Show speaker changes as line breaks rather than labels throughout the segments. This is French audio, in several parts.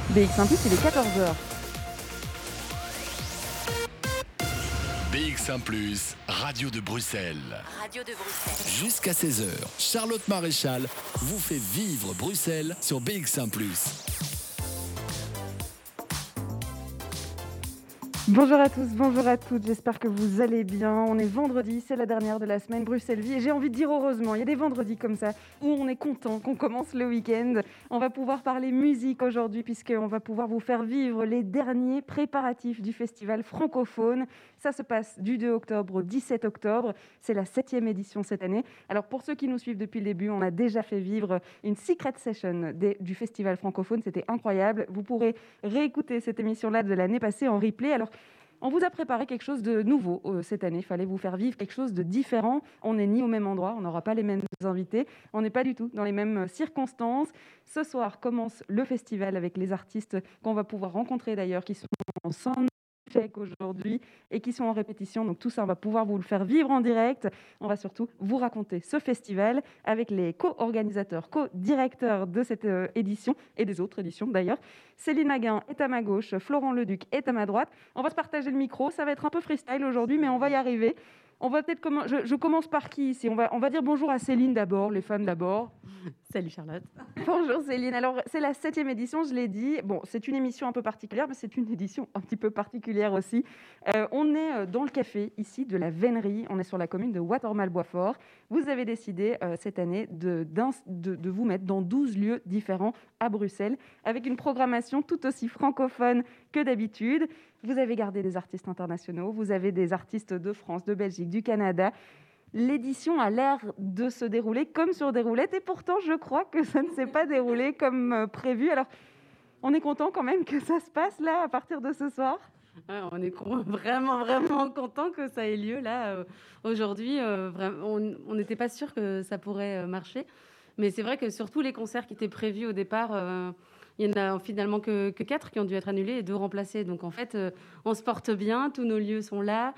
BX1 ⁇ il est 14h.
BX1 ⁇ Radio de Bruxelles.
Radio de Bruxelles.
Jusqu'à 16h, Charlotte Maréchal vous fait vivre Bruxelles sur BX1 ⁇
Bonjour à tous, bonjour à toutes, j'espère que vous allez bien. On est vendredi, c'est la dernière de la semaine Bruxelles Vie et j'ai envie de dire heureusement, il y a des vendredis comme ça où on est content qu'on commence le week-end. On va pouvoir parler musique aujourd'hui puisqu'on va pouvoir vous faire vivre les derniers préparatifs du festival francophone. Ça se passe du 2 octobre au 17 octobre, c'est la 7e édition cette année. Alors pour ceux qui nous suivent depuis le début, on a déjà fait vivre une secret session du festival francophone, c'était incroyable. Vous pourrez réécouter cette émission-là de l'année passée en replay. Alors on vous a préparé quelque chose de nouveau cette année. Il fallait vous faire vivre quelque chose de différent. On n'est ni au même endroit, on n'aura pas les mêmes invités. On n'est pas du tout dans les mêmes circonstances. Ce soir commence le festival avec les artistes qu'on va pouvoir rencontrer d'ailleurs, qui sont en soundcheck aujourd'hui et qui sont en répétition. Donc tout ça, on va pouvoir vous le faire vivre en direct. On va surtout vous raconter ce festival avec les co-organisateurs, co-directeurs de cette édition et des autres éditions d'ailleurs. Céline Aguin est à ma gauche, Florent Leduc est à ma droite. On va se partager le micro, ça va être un peu freestyle aujourd'hui, mais on va y arriver. On va peut-être je commence par qui ici? On va dire bonjour à Céline d'abord, les femmes d'abord.
Salut Charlotte.
Bonjour Céline. Alors, c'est la 7e édition, je l'ai dit. Bon, c'est une émission un peu particulière, mais c'est une édition un petit peu particulière aussi. On est dans le café, ici, de la Vénerie. On est sur la commune de Watermal-Boisfort. Vous avez décidé, cette année, de vous mettre dans 12 lieux différents à Bruxelles, avec une programmation tout aussi francophone que d'habitude. Vous avez gardé des artistes internationaux, vous avez des artistes de France, de Belgique, du Canada. L'édition a l'air de se dérouler comme sur des roulettes et pourtant je crois que ça ne s'est pas déroulé comme prévu. Alors on est content quand même que ça se passe là à partir de ce soir.
Ouais, on est vraiment content que ça ait lieu là aujourd'hui. On n'était pas sûr que ça pourrait marcher, mais c'est vrai que sur tous les concerts qui étaient prévus au départ, il y en a finalement que 4 qui ont dû être annulés et 2 remplacés. Donc en fait, on se porte bien, tous nos lieux sont là.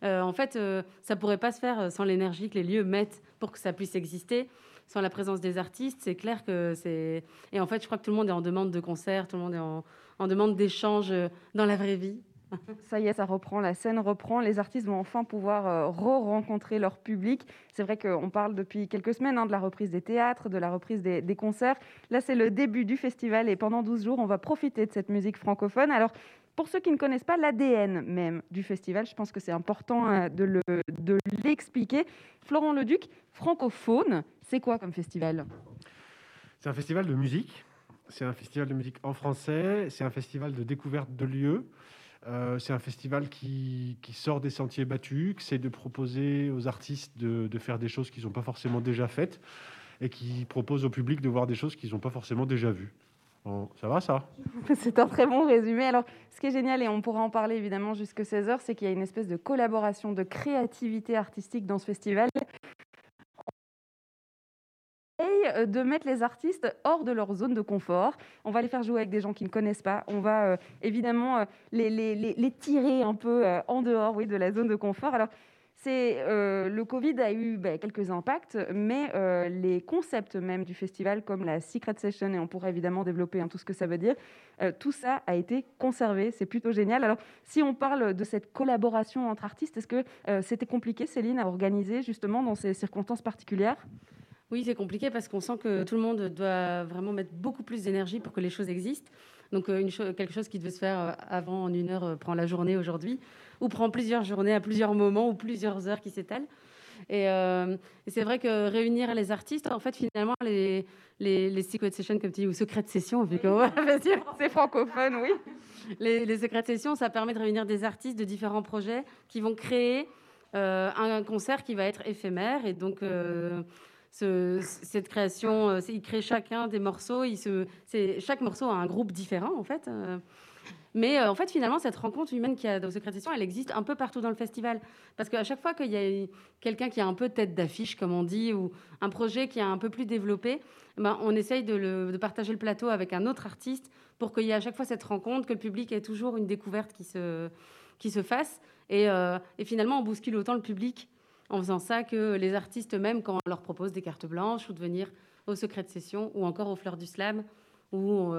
Ça pourrait pas se faire sans l'énergie que les lieux mettent pour que ça puisse exister. Sans la présence des artistes, c'est clair que c'est... Et en fait, je crois que tout le monde est en demande de concert, tout le monde est en demande d'échanges dans la vraie vie.
Ça y est, ça reprend, la scène reprend, les artistes vont enfin pouvoir re-rencontrer leur public. C'est vrai qu'on parle depuis quelques semaines de la reprise des théâtres, de la reprise des concerts. Là, c'est le début du festival et pendant 12 jours, on va profiter de cette musique francophone. Alors, pour ceux qui ne connaissent pas l'ADN même du festival, je pense que c'est important de l'expliquer. Florent Leduc, francophone, c'est quoi comme festival ?
C'est un festival de musique. C'est un festival de musique en français. C'est un festival de découverte de lieux. C'est un festival qui sort des sentiers battus, qui essaie de proposer aux artistes de faire des choses qu'ils n'ont pas forcément déjà faites et qui propose au public de voir des choses qu'ils n'ont pas forcément déjà vues. Bon, ça va, ça ?
C'est un très bon résumé. Alors, ce qui est génial, et on pourra en parler évidemment jusqu'à 16h, c'est qu'il y a une espèce de collaboration, de créativité artistique dans ce festival. Et de mettre les artistes hors de leur zone de confort. On va les faire jouer avec des gens qui ne connaissent pas. On va évidemment les tirer un peu en dehors, oui, de la zone de confort. Alors, le Covid a eu quelques impacts, mais les concepts même du festival, comme la Secret Session, et on pourra évidemment développer tout ce que ça veut dire, tout ça a été conservé. C'est plutôt génial. Alors, si on parle de cette collaboration entre artistes, est-ce que c'était compliqué, Céline, à organiser justement dans ces circonstances particulières ?
Oui, c'est compliqué parce qu'on sent que tout le monde doit vraiment mettre beaucoup plus d'énergie pour que les choses existent. Donc, quelque chose qui devait se faire avant en 1 heure prend la journée aujourd'hui, ou prend plusieurs journées à plusieurs moments ou plusieurs heures qui s'étalent. Et c'est vrai que réunir les artistes, en fait, finalement, les secret sessions, comme tu dis, ou secret sessions, vu que
c'est francophone, oui.
Les secret sessions, ça permet de réunir des artistes de différents projets qui vont créer un concert qui va être éphémère. Et donc, cette création, ils créent chacun des morceaux. Chaque morceau a un groupe différent, en fait. Mais en fait, finalement, cette rencontre humaine qu'il y a dans Secret Session, elle existe un peu partout dans le festival. Parce qu'à chaque fois qu'il y a quelqu'un qui a un peu tête d'affiche, comme on dit, ou un projet qui est un peu plus développé, on essaye de partager le plateau avec un autre artiste pour qu'il y ait à chaque fois cette rencontre, que le public ait toujours une découverte qui se fasse. Et finalement, on bouscule autant le public en faisant ça que les artistes eux-mêmes, quand on leur propose des cartes blanches ou de venir aux Secret Session ou encore aux Fleurs du Slam, où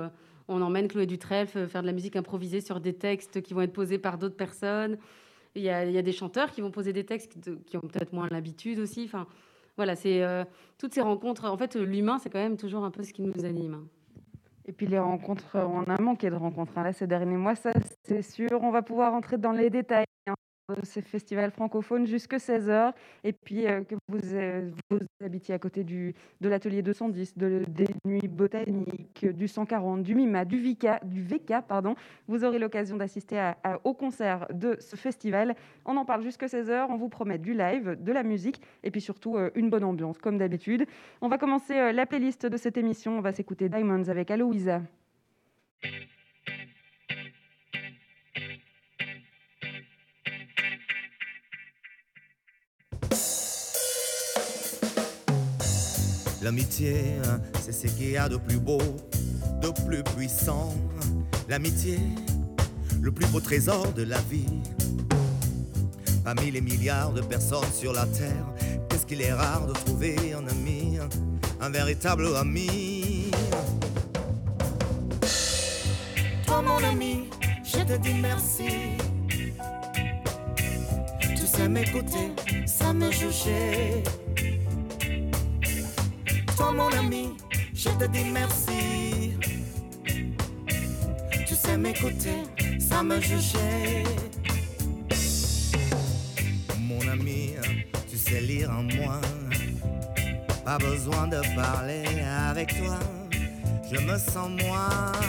On emmène Chloé Dutrèfle faire de la musique improvisée sur des textes qui vont être posés par d'autres personnes. Il y a des chanteurs qui vont poser des textes qui ont peut-être moins l'habitude aussi. Enfin, voilà, c'est toutes ces rencontres. En fait, l'humain, c'est quand même toujours un peu ce qui nous anime.
Et puis les rencontres, on a manqué de rencontres là, ces derniers mois, ça c'est sûr. On va pouvoir entrer dans les détails de ces festivals francophones jusque 16h. Et puis que vous habitiez à côté de l'atelier 210, des nuits botaniques, du 140, du MIMA, du VK, pardon. Vous aurez l'occasion d'assister au concert de ce festival. On en parle jusque 16h. On vous promet du live, de la musique et puis surtout une bonne ambiance, comme d'habitude. On va commencer la playlist de cette émission. On va s'écouter Diamonds avec Aloïsa.
L'amitié, c'est ce qu'il y a de plus beau, de plus puissant. L'amitié, le plus beau trésor de la vie. Parmi les milliards de personnes sur la terre, qu'est-ce qu'il est rare de trouver un ami, un véritable ami. Toi mon ami, je te dis merci. Tu sais m'écouter, ça me juger. Toi mon ami, je te dis merci. Tu sais m'écouter, ça me juger. Mon ami, tu sais lire en moi. Pas besoin de parler avec toi. Je me sens moi.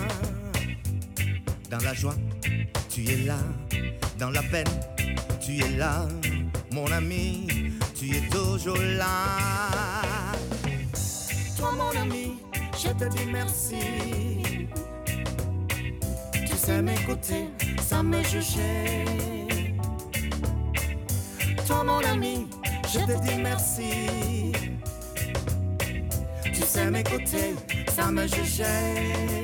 Dans la joie, tu es là. Dans la peine, tu es là. Mon ami, tu es toujours là. Toi mon ami, je te dis merci. Tu sais m'écouter, sans me juger. Toi mon ami, je te dis merci. Tu sais m'écouter, sans me juger.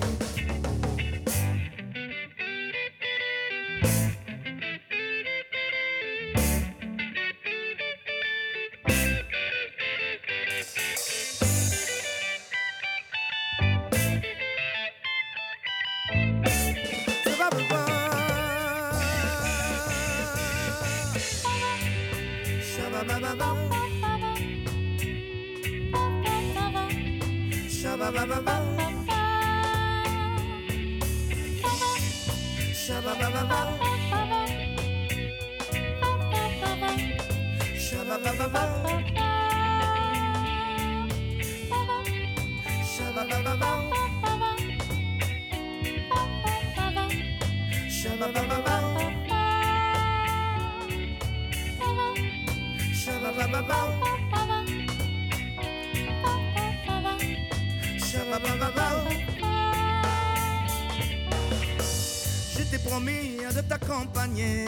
Je t'ai promis de t'accompagner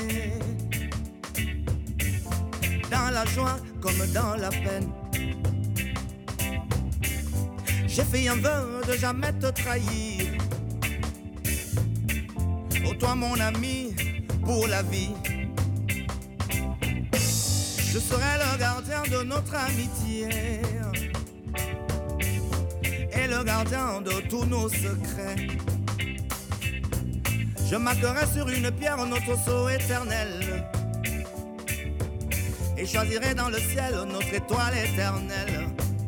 dans la joie comme dans la peine. J'ai fait un vœu de jamais te trahir. Oh toi mon ami, pour la vie. Je serai le gardien de notre amitié et le gardien de tous nos secrets. Je marquerai sur une pierre notre sceau éternel et choisirai dans le ciel notre étoile éternelle.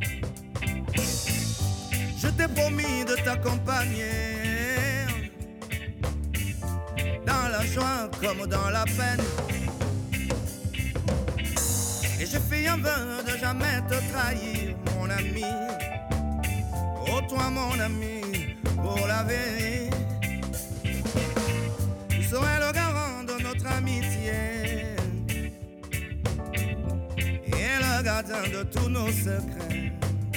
Je t'ai promis de t'accompagner dans la joie comme dans la peine. Et je fais un vœu de jamais te trahir, mon ami. Oh toi mon ami, pour la vie. Tu serais le garant de notre amitié et le gardien de tous nos secrets.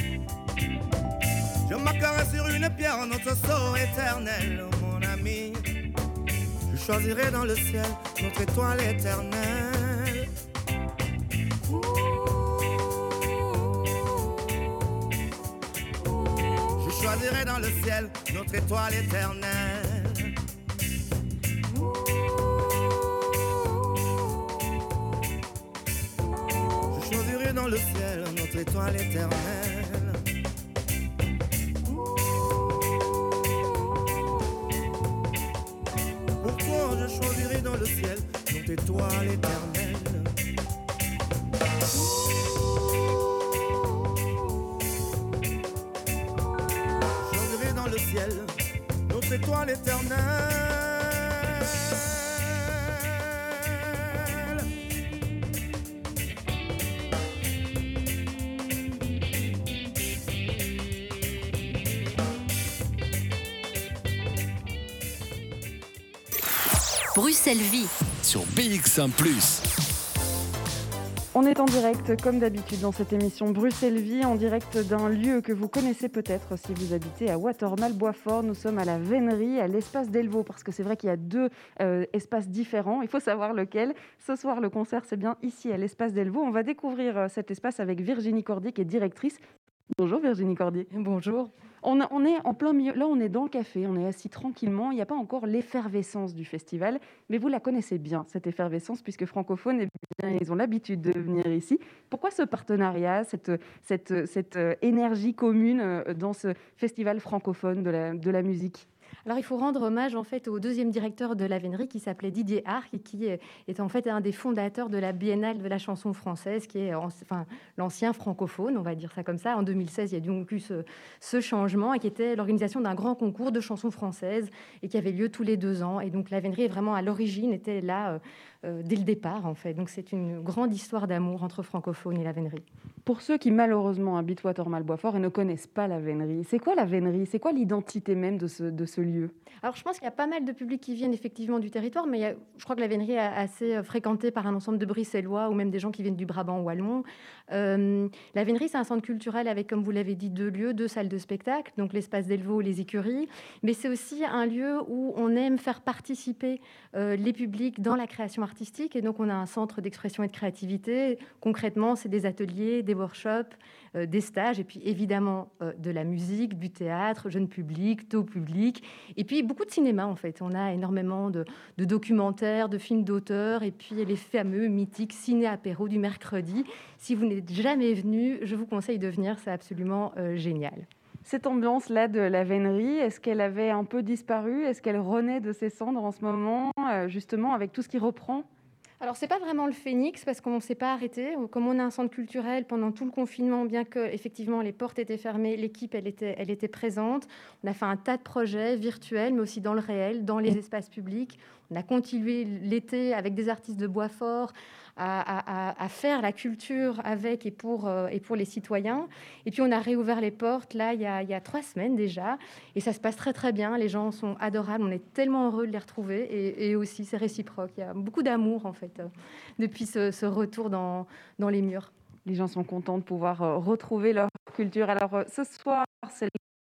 Je marquerai sur une pierre notre sceau éternel, mon ami. Je choisirai dans le ciel notre étoile éternelle. Je choisirai dans le ciel notre étoile éternelle. Je choisirai dans le ciel notre étoile éternelle. dans le ciel, notre étoile éternelle. J'enverrai dans le ciel, notre étoile éternelle.
Bruxelles Vie
sur BX1 +.
On est en direct, comme d'habitude, dans cette émission Bruxelles Vie, en direct d'un lieu que vous connaissez peut-être si vous habitez à Watermal-Boisfort. Nous sommes à la Vénerie, à l'espace Delvaux, parce que c'est vrai qu'il y a deux espaces différents. Il faut savoir lequel. Ce soir, le concert, c'est bien ici, à l'espace Delvaux. On va découvrir cet espace avec Virginie Cordier, qui est directrice. Bonjour Virginie Cordier.
Bonjour.
On est en plein milieu, là on est dans le café, on est assis tranquillement, il n'y a pas encore l'effervescence du festival, mais vous la connaissez bien, cette effervescence, puisque francophones, eh bien, ils ont l'habitude de venir ici. Pourquoi ce partenariat, cette énergie commune dans ce festival francophone de la musique ?
Alors, il faut rendre hommage en fait au deuxième directeur de la Vénerie qui s'appelait Didier Arc et qui est en fait un des fondateurs de la Biennale de la chanson française, qui est l'ancien francophone, on va dire ça comme ça. En 2016, il y a donc eu ce changement et qui était l'organisation d'un grand concours de chansons françaises et qui avait lieu tous les 2 ans. Et donc, la Vénerie est vraiment à l'origine, était là dès le départ en fait. Donc, c'est une grande histoire d'amour entre francophones et la Vénerie.
Pour ceux qui malheureusement habitent Watermal-Boisfort et ne connaissent pas la Vénerie, c'est quoi la Vénerie ? C'est quoi l'identité même de ce lieu ?
Alors, je pense qu'il y a pas mal de publics qui viennent effectivement du territoire, mais je crois que la Vénerie est assez fréquentée par un ensemble de Bruxellois ou même des gens qui viennent du Brabant wallon. La Vénerie, c'est un centre culturel avec, comme vous l'avez dit, 2 lieux, 2 salles de spectacle, donc l'espace Delvaux, les écuries, mais c'est aussi un lieu où on aime faire participer les publics dans la création artistique, et donc on a un centre d'expression et de créativité. Concrètement, c'est des ateliers, des workshops, des stages, et puis évidemment de la musique, du théâtre, jeune public, tôt public, et puis beaucoup de cinéma en fait. On a énormément de documentaires, de films d'auteurs, et puis les fameux mythiques ciné-apéros du mercredi. Si vous n'êtes jamais venu, je vous conseille de venir, c'est absolument génial.
Cette ambiance-là de la Vénerie, est-ce qu'elle avait un peu disparu ? Est-ce qu'elle renaît de ses cendres en ce moment, justement, avec tout ce qui reprend ?
Alors, c'est pas vraiment le phénix parce qu'on ne s'est pas arrêté. Comme on a un centre culturel pendant tout le confinement, bien que effectivement les portes étaient fermées, l'équipe elle était présente. On a fait un tas de projets virtuels, mais aussi dans le réel, dans les espaces publics. On a continué l'été avec des artistes de Boisfort à faire la culture avec et pour les citoyens. Et puis on a réouvert les portes là il y a 3 semaines déjà, et ça se passe très très bien. Les gens sont adorables, on est tellement heureux de les retrouver, et aussi c'est réciproque. Il y a beaucoup d'amour en fait depuis ce retour dans les murs.
Les gens sont contents de pouvoir retrouver leur culture. Alors ce soir, c'est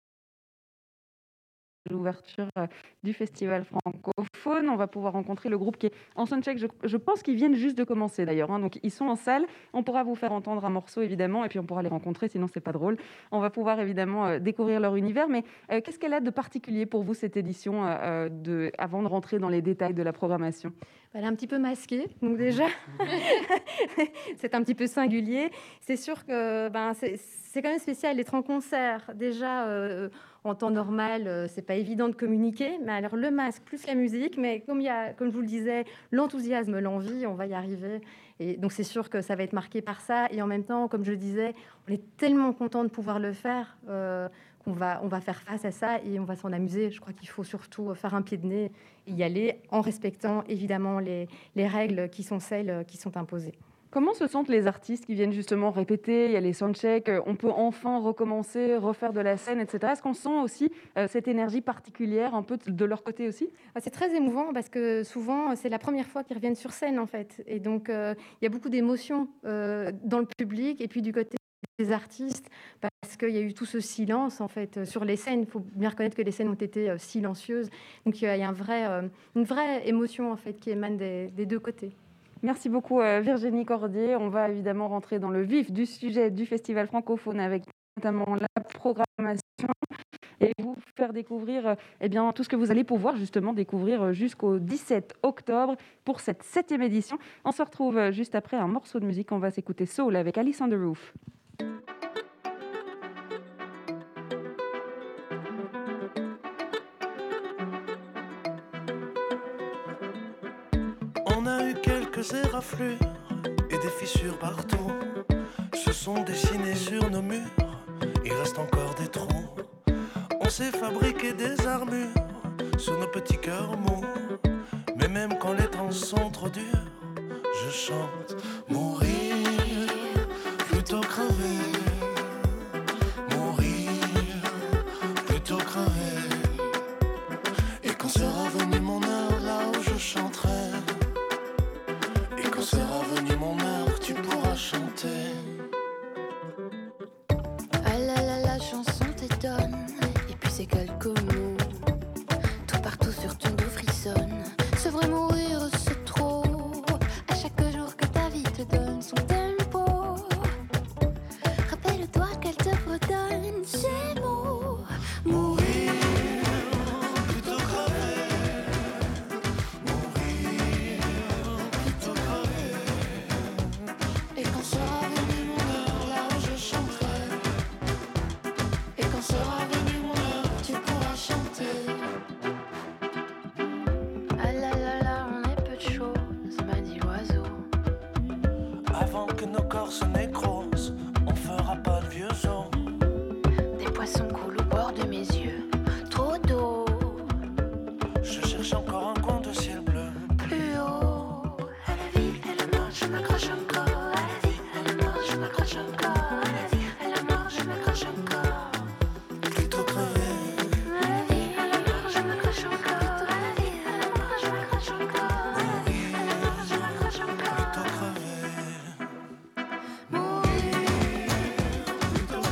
l'ouverture du festival francophone. On va pouvoir rencontrer le groupe qui est en soundcheck. Je pense qu'ils viennent juste de commencer d'ailleurs, hein. Donc ils sont en salle. On pourra vous faire entendre un morceau évidemment, et puis on pourra les rencontrer, sinon c'est pas drôle. On va pouvoir évidemment découvrir leur univers. Mais qu'est-ce qu'elle a de particulier pour vous cette édition avant de rentrer dans les détails de la programmation ?
Elle est un petit peu masquée, donc déjà, c'est un petit peu singulier. C'est sûr que c'est quand même spécial d'être en concert. Déjà, en temps normal, c'est pas évident de communiquer, mais alors le masque plus la musique, mais comme je vous le disais, l'enthousiasme, l'envie, on va y arriver. Et donc c'est sûr que ça va être marqué par ça. Et en même temps, comme je le disais, on est tellement content de pouvoir le faire qu'on va faire face à ça et on va s'en amuser. Je crois qu'il faut surtout faire un pied de nez et y aller en respectant évidemment les règles qui sont celles qui sont imposées.
Comment se sentent les artistes qui viennent justement répéter ? Il y a les soundchecks, on peut enfin recommencer, refaire de la scène, etc. Est-ce qu'on sent aussi cette énergie particulière un peu de leur côté aussi ?
C'est très émouvant parce que souvent, c'est la première fois qu'ils reviennent sur scène en fait. Et donc, il y a beaucoup d'émotions dans le public et puis du côté des artistes parce qu'il y a eu tout ce silence en fait sur les scènes. Il faut bien reconnaître que les scènes ont été silencieuses. Donc, il y a une vraie émotion en fait qui émane des 2 côtés.
Merci beaucoup Virginie Cordier. On va évidemment rentrer dans le vif du sujet du festival francophone avec notamment la programmation et vous faire découvrir tout ce que vous allez pouvoir justement découvrir jusqu'au 17 octobre pour cette 7e édition. On se retrouve juste après un morceau de musique. On va s'écouter Soul avec Alice on the Roof.
ces raflures et des fissures partout se sont dessinés sur nos murs. Il reste encore des trous. On s'est fabriqué des armures sur nos petits cœurs mous. Mais même quand les temps sont trop durs, je chante mourir plutôt crever. Mourir plutôt crever. Et quand sera venu mon heure, là où je chanterai. Et quand sera venu mon heure, tu pourras chanter.
Ah là là, la chanson t'étonne. Et puis c'est quelques mots. Tout partout sur ton dos frissonne. C'est vrai, mourir c'est trop. À chaque jour que ta vie te donne son tempo. Rappelle-toi qu'elle te redonne ces mots.
Mourir plutôt crever. Mourir plutôt crever.
Et quand sera venu mon heure, là où je chanterai. Et quand sera venu mon heure, tu pourras chanter. Ah là là là, on est peu de choses, m'a dit l'oiseau.
Avant que nos corps se nécrosent, on fera pas le vieux os.
Des poissons coulent au bord de mes yeux. Trop d'eau,
Je cherche encore un coin de ciel bleu.
plus haut. À la vie, à la mort, je m'accroche encore. À la vie, à la mort, je m'accroche encore. À la vie, à la mort, je m'accroche encore.
Plutôt crever.
À la vie, à la mort, je m'accroche encore. À la vie, à la mort, je m'accroche encore. À la vie, à la mort, je m'accroche encore.
Plutôt crever.
Mourir,
Plutôt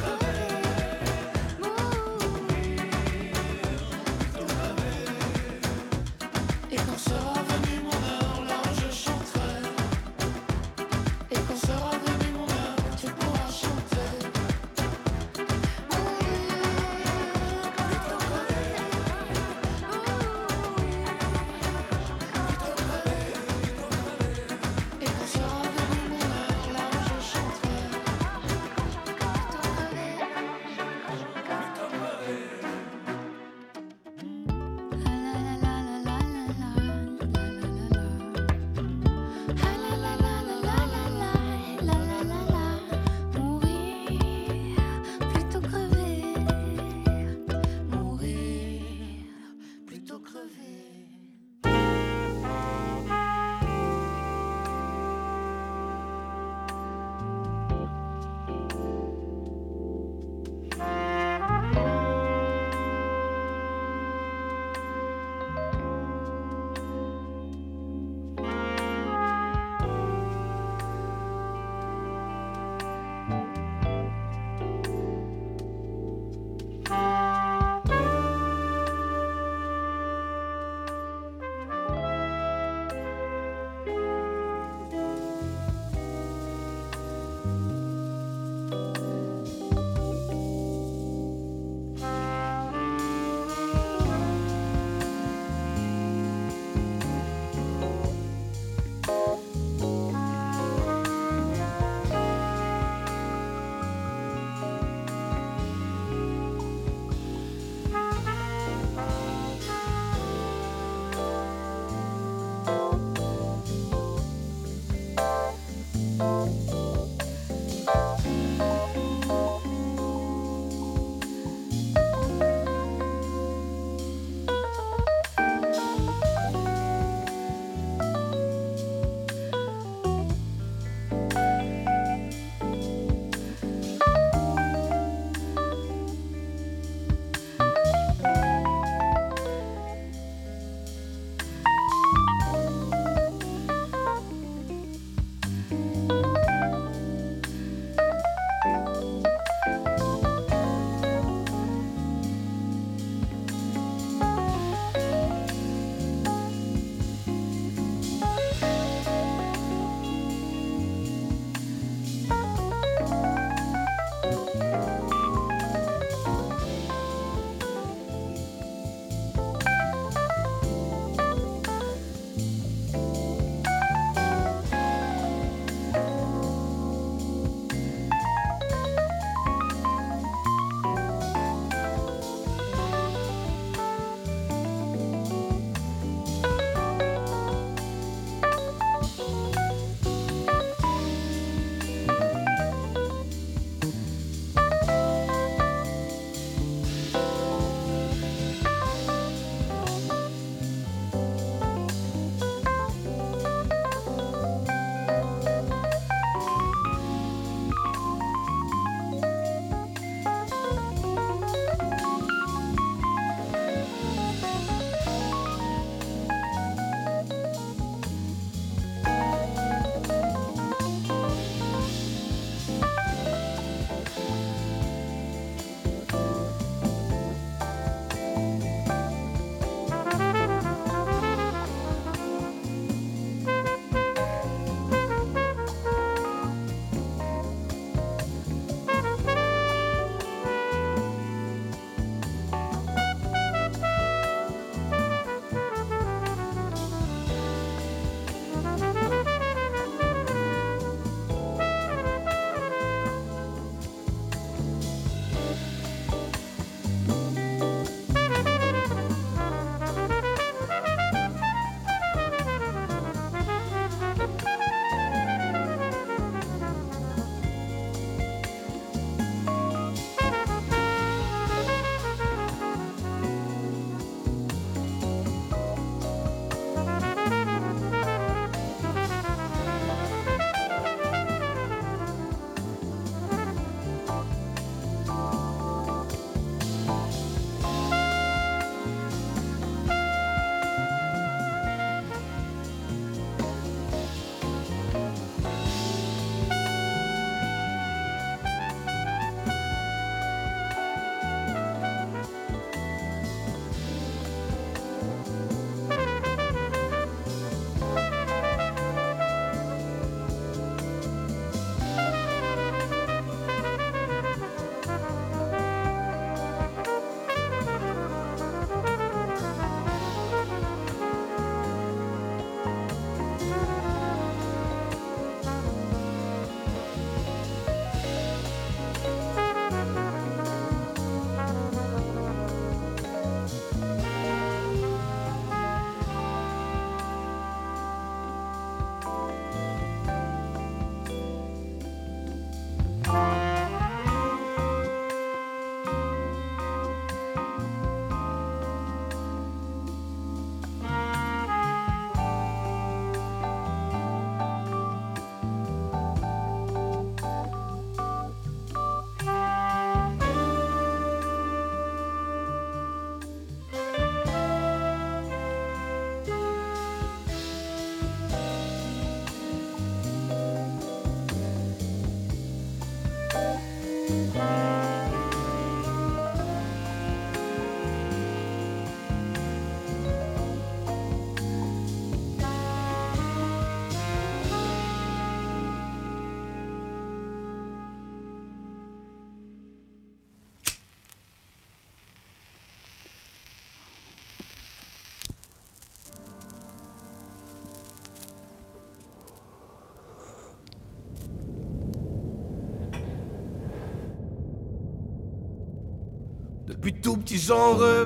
Depuis tout petit j'en rêve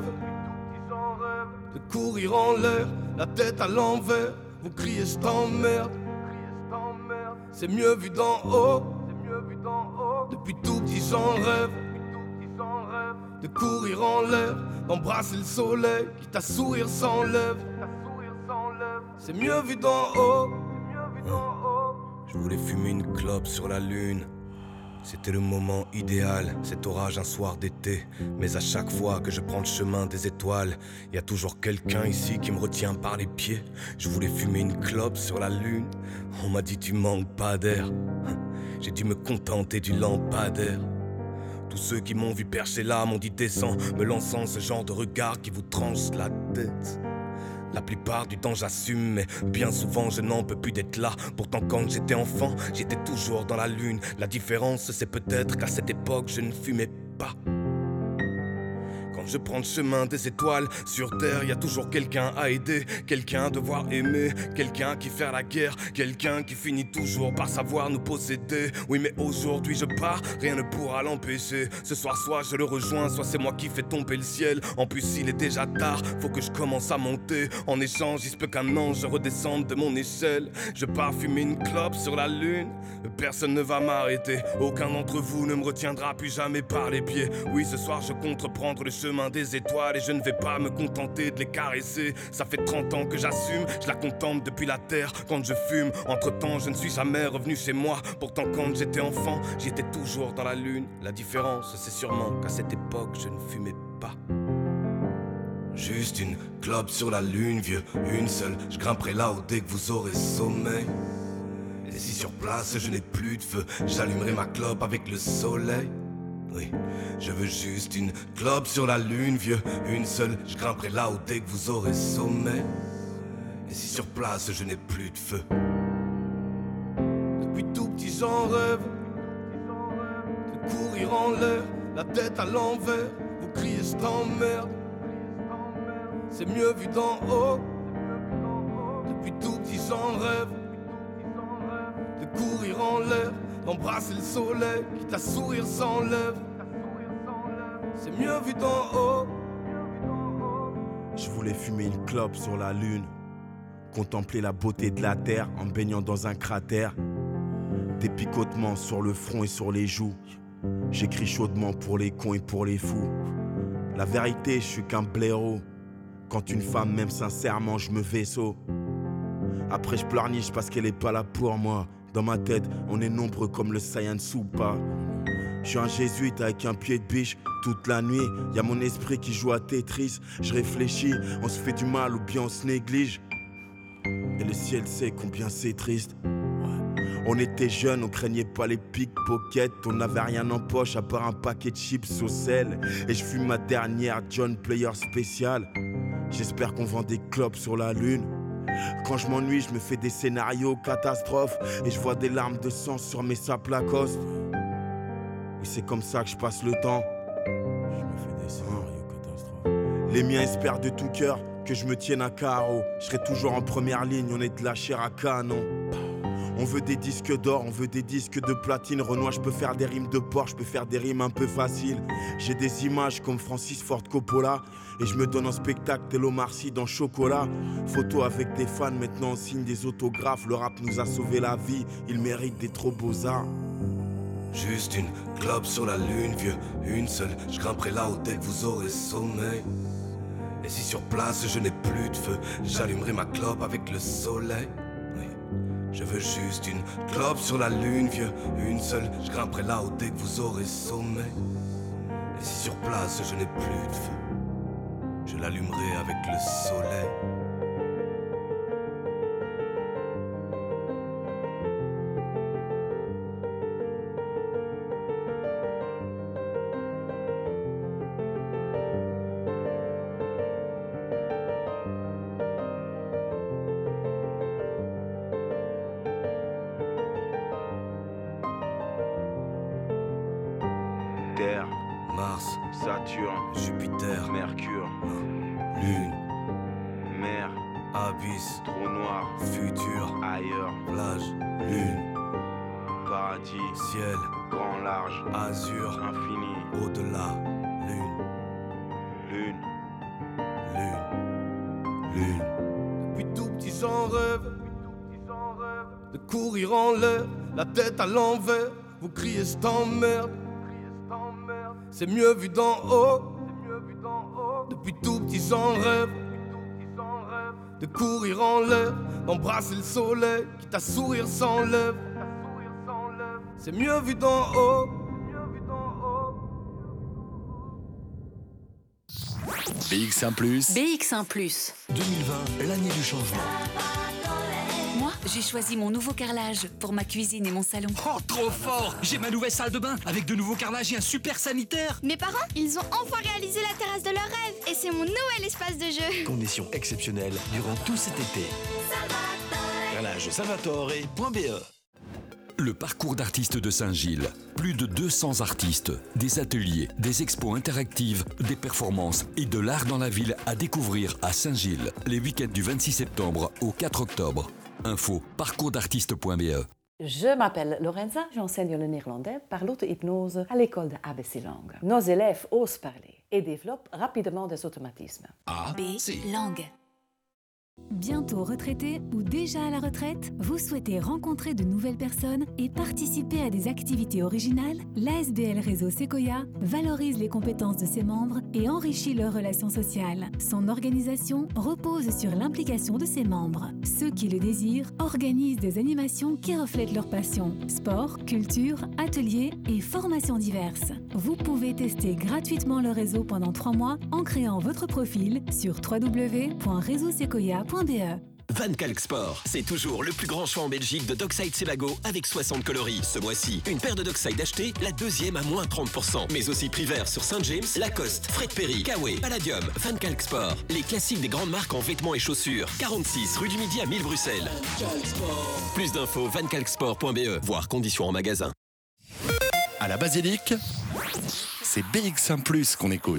de courir en l'air, la tête à l'envers. Vous criez je t'emmerde, c'est mieux vu d'en haut. Depuis tout petit j'en rêve de courir en l'air, d'embrasser le soleil, quitte à sourire sans lèvres. C'est mieux vu d'en haut. Je voulais fumer une clope sur la lune. C'était le moment idéal, cet orage un soir d'été. Mais à chaque fois que je prends le chemin des étoiles, y a toujours quelqu'un ici qui me retient par les pieds. Je voulais fumer une clope sur la lune. On m'a dit tu manques pas d'air. J'ai dû me contenter du lampadaire. Tous ceux qui m'ont vu percher là m'ont dit descends, me lançant ce genre de regard qui vous tranche la tête. La plupart du temps j'assume, mais bien souvent je n'en peux plus d'être là. Pourtant quand j'étais enfant, j'étais toujours dans la lune. La différence c'est peut-être qu'à cette époque je ne fumais pas. Quand je prends le chemin des étoiles, sur terre y a toujours quelqu'un à aider, quelqu'un à devoir aimer, quelqu'un qui fait la guerre, quelqu'un qui finit toujours par savoir nous posséder. Oui mais aujourd'hui je pars, rien ne pourra l'empêcher. Ce soir soit je le rejoins, soit c'est moi qui fais tomber le ciel. En plus il est déjà tard, faut que je commence à monter. En échange il se peut qu'un ange redescende de mon échelle. Je pars fumer une clope sur la lune, personne ne va m'arrêter. Aucun d'entre vous ne me retiendra plus jamais par les pieds. Oui ce soir je compte reprendre le chemin des étoiles et je ne vais pas me contenter de les caresser. Ça fait 30 ans que j'assume, je la contemple depuis la terre quand je fume. Entre temps je ne suis jamais revenu chez moi. Pourtant quand j'étais enfant, j'étais toujours dans la lune. La différence c'est sûrement qu'à cette époque je ne fumais pas. Juste une clope sur la lune vieux, une seule. Je grimperai là-haut dès que vous aurez sommeil. Et si sur place je n'ai plus de feu, j'allumerai ma clope avec le soleil. Oui, je veux juste une clope sur la lune, vieux, une seule. Je grimperai là-haut dès que vous aurez sommeil. Et si sur place je n'ai plus de feu. Depuis tout petit j'en rêve de courir en l'air, la tête à l'envers. Vous criez je t'emmerde, c'est mieux vu d'en haut. Depuis tout petit j'en rêve de courir en l'air, d'embrasser le soleil, quitte à sourire sans lèvres. C'est mieux vu d'en haut.
Je voulais fumer une clope sur la lune, contempler la beauté de la terre en baignant dans un cratère. Des picotements sur le front et sur les joues. J'écris chaudement pour les cons et pour les fous. La vérité, je suis qu'un blaireau. Quand une femme m'aime sincèrement, je me vaisseau. Après je pleurniche parce qu'elle est pas là pour moi. Dans ma tête, on est nombreux comme le Saiyan Soupa. Je suis un jésuite avec un pied de biche. Toute la nuit, y a mon esprit qui joue à Tetris. Je réfléchis, on se fait du mal ou bien on se néglige. Et le ciel sait combien c'est triste. On était jeunes, on craignait pas les pickpockets. On n'avait rien en poche à part un paquet de chips au sel. Et je fume ma dernière John Player spéciale. J'espère qu'on vend des clopes sur la lune. Quand je m'ennuie, je me fais des scénarios catastrophes. Et je vois des larmes de sang sur mes sapes Lacoste. Et c'est comme ça que je passe le temps. Je me fais des scénarios catastrophes. Les miens espèrent de tout cœur que je me tienne à carreau. Je serai toujours en première ligne, on est de la chair à canon. On veut des disques d'or, on veut des disques de platine. Renoir, je peux faire des rimes de porc, je peux faire des rimes un peu faciles. J'ai des images comme Francis Ford Coppola. Et je me donne en spectacle tel Omar Sy dans Chocolat. Photo avec des fans, maintenant on signe des autographes. Le rap nous a sauvé la vie, il mérite des trop beaux-arts.
Juste une clope sur la lune, vieux, une seule. Je grimperai là-haut dès que vous aurez sommeil. Et si sur place je n'ai plus de feu, j'allumerai ma clope avec le soleil. Oui. Je veux juste une clope sur la lune, vieux, une seule. Je grimperai là-haut dès que vous aurez sommeil. Et si sur place je n'ai plus de feu, je l'allumerai avec le soleil.
Terre, Mars, Saturne, Jupiter, Mercure, Lune, mer, abysse, trou noir, futur, ailleurs, plage, lune, paradis, ciel, grand large, azur, infini, au-delà, lune, lune, lune, lune.
Depuis tout petit j'en rêve de courir en l'air, la tête à l'envers. Vous criez je t'emmerde, c'est mieux vu d'en haut. Depuis tout petit j'en rêve de courir en l'air, d'embrasser le soleil, quitte à sourire sans lèvres. C'est mieux vu d'en haut.
BX1+.
BX1+.
2020, l'année du changement.
Moi, j'ai choisi mon nouveau carrelage pour ma cuisine et mon salon.
Oh, trop fort! J'ai ma nouvelle salle de bain avec de nouveaux carrelages et un super sanitaire.
Mes parents, ils ont enfin réalisé la terrasse de leurs rêves et c'est mon nouvel espace de jeu.
Conditions exceptionnelles durant tout cet été. Carrelage salvatore.be.
Le parcours d'artistes de Saint-Gilles. Plus de 200 artistes, des ateliers, des expos interactives, des performances et de l'art dans la ville à découvrir à Saint-Gilles. Les week-ends du 26 septembre au 4 octobre. Info parcoursdartiste.be.
Je m'appelle Lorenza, j'enseigne le néerlandais par l'auto-hypnose à l'école de ABC Langue. Nos élèves osent parler et développent rapidement des automatismes.
ABC Langue.
Bientôt retraité ou déjà à la retraite, vous souhaitez rencontrer de nouvelles personnes et participer à des activités originales? L'ASBL Réseau Sequoia valorise les compétences de ses membres et enrichit leurs relations sociales. Son organisation repose sur l'implication de ses membres. Ceux qui le désirent organisent des animations qui reflètent leur passion. Sport, culture, ateliers et formations diverses. Vous pouvez tester gratuitement le réseau pendant 3 mois en créant votre profil sur www.réseausequoia.be.
VanCalc Sport, c'est toujours le plus grand choix en Belgique de Dockside Sebago avec 60 coloris. Ce mois-ci, une paire de Dockside achetée, la deuxième à moins 30%. Mais aussi prix vert sur Saint James, Lacoste, Fred Perry, Kawe, Palladium, VanCalc Sport. Les classiques des grandes marques en vêtements et chaussures. 46 rue du Midi à 1000 Bruxelles. Plus d'infos, vancalcsport.be, voire conditions en magasin.
À la basilique, c'est BX1+ qu'on écoute.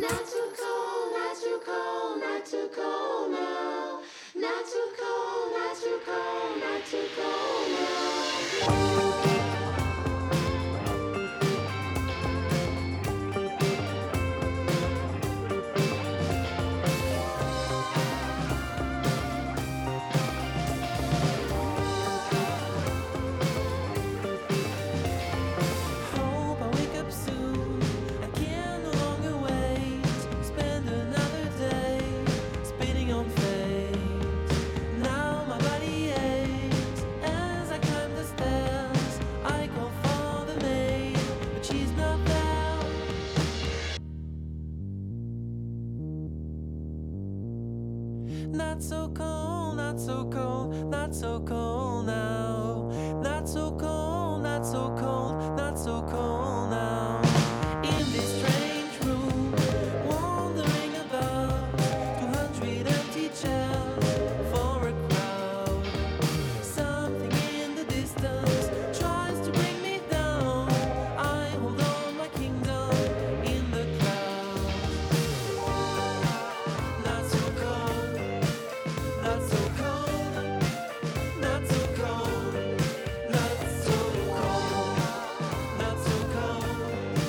Not so cold, not so cold, not so cold now. Not so cold, not so cold, not so cold now. In this strange room, wandering about, 200 empty chairs for a crowd. Something in the distance tries to bring me down. I hold on my kingdom in the clouds. Not so cold. Not so cold, not so cold, not so cold, not so cold,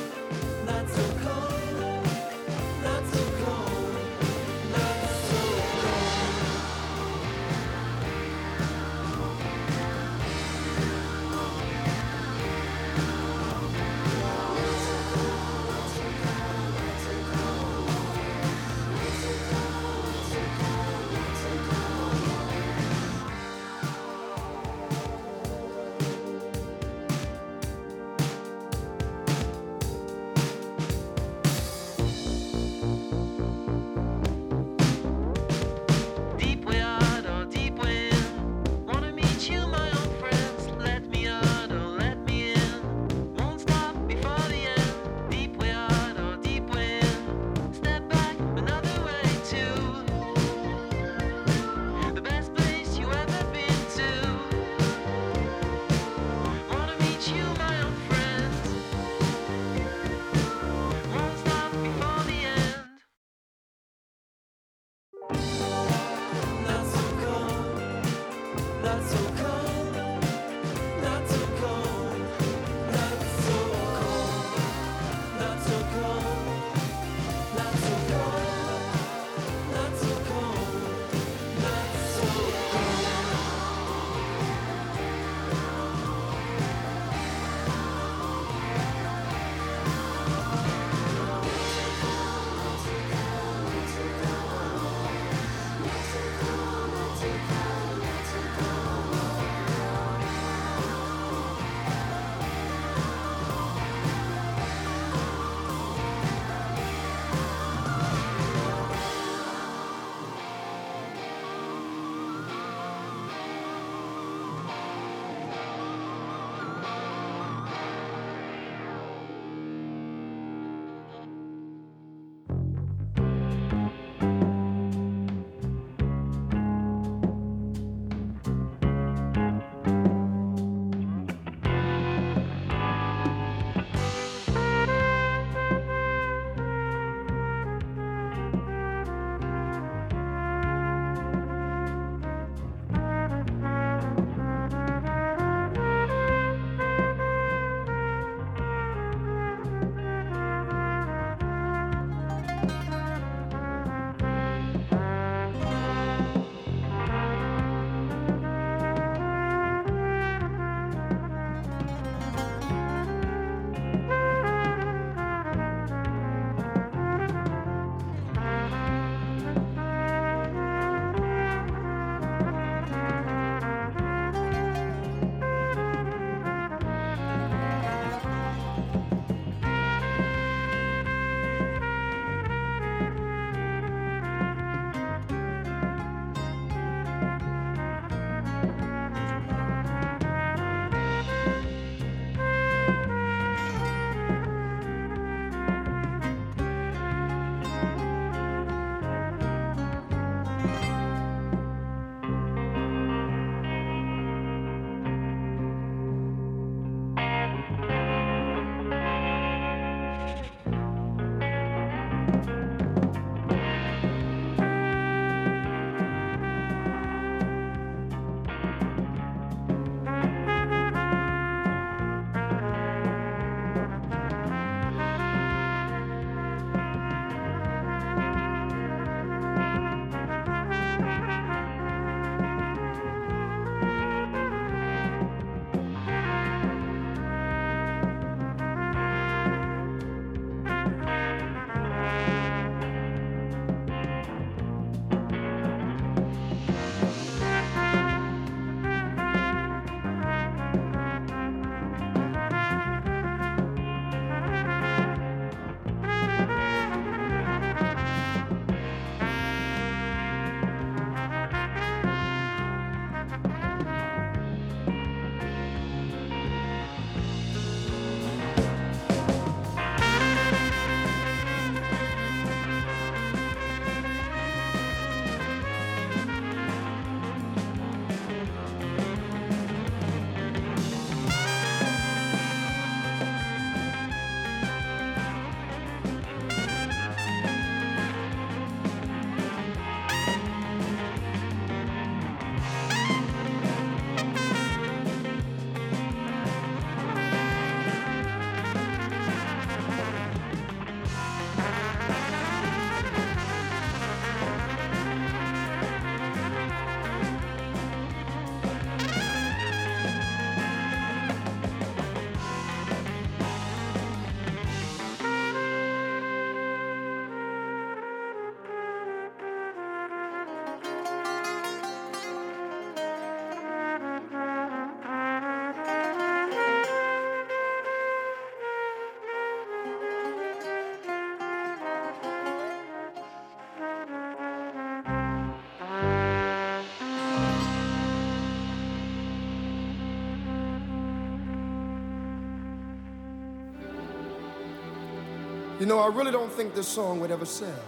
You know, I really don't think this song would ever sell.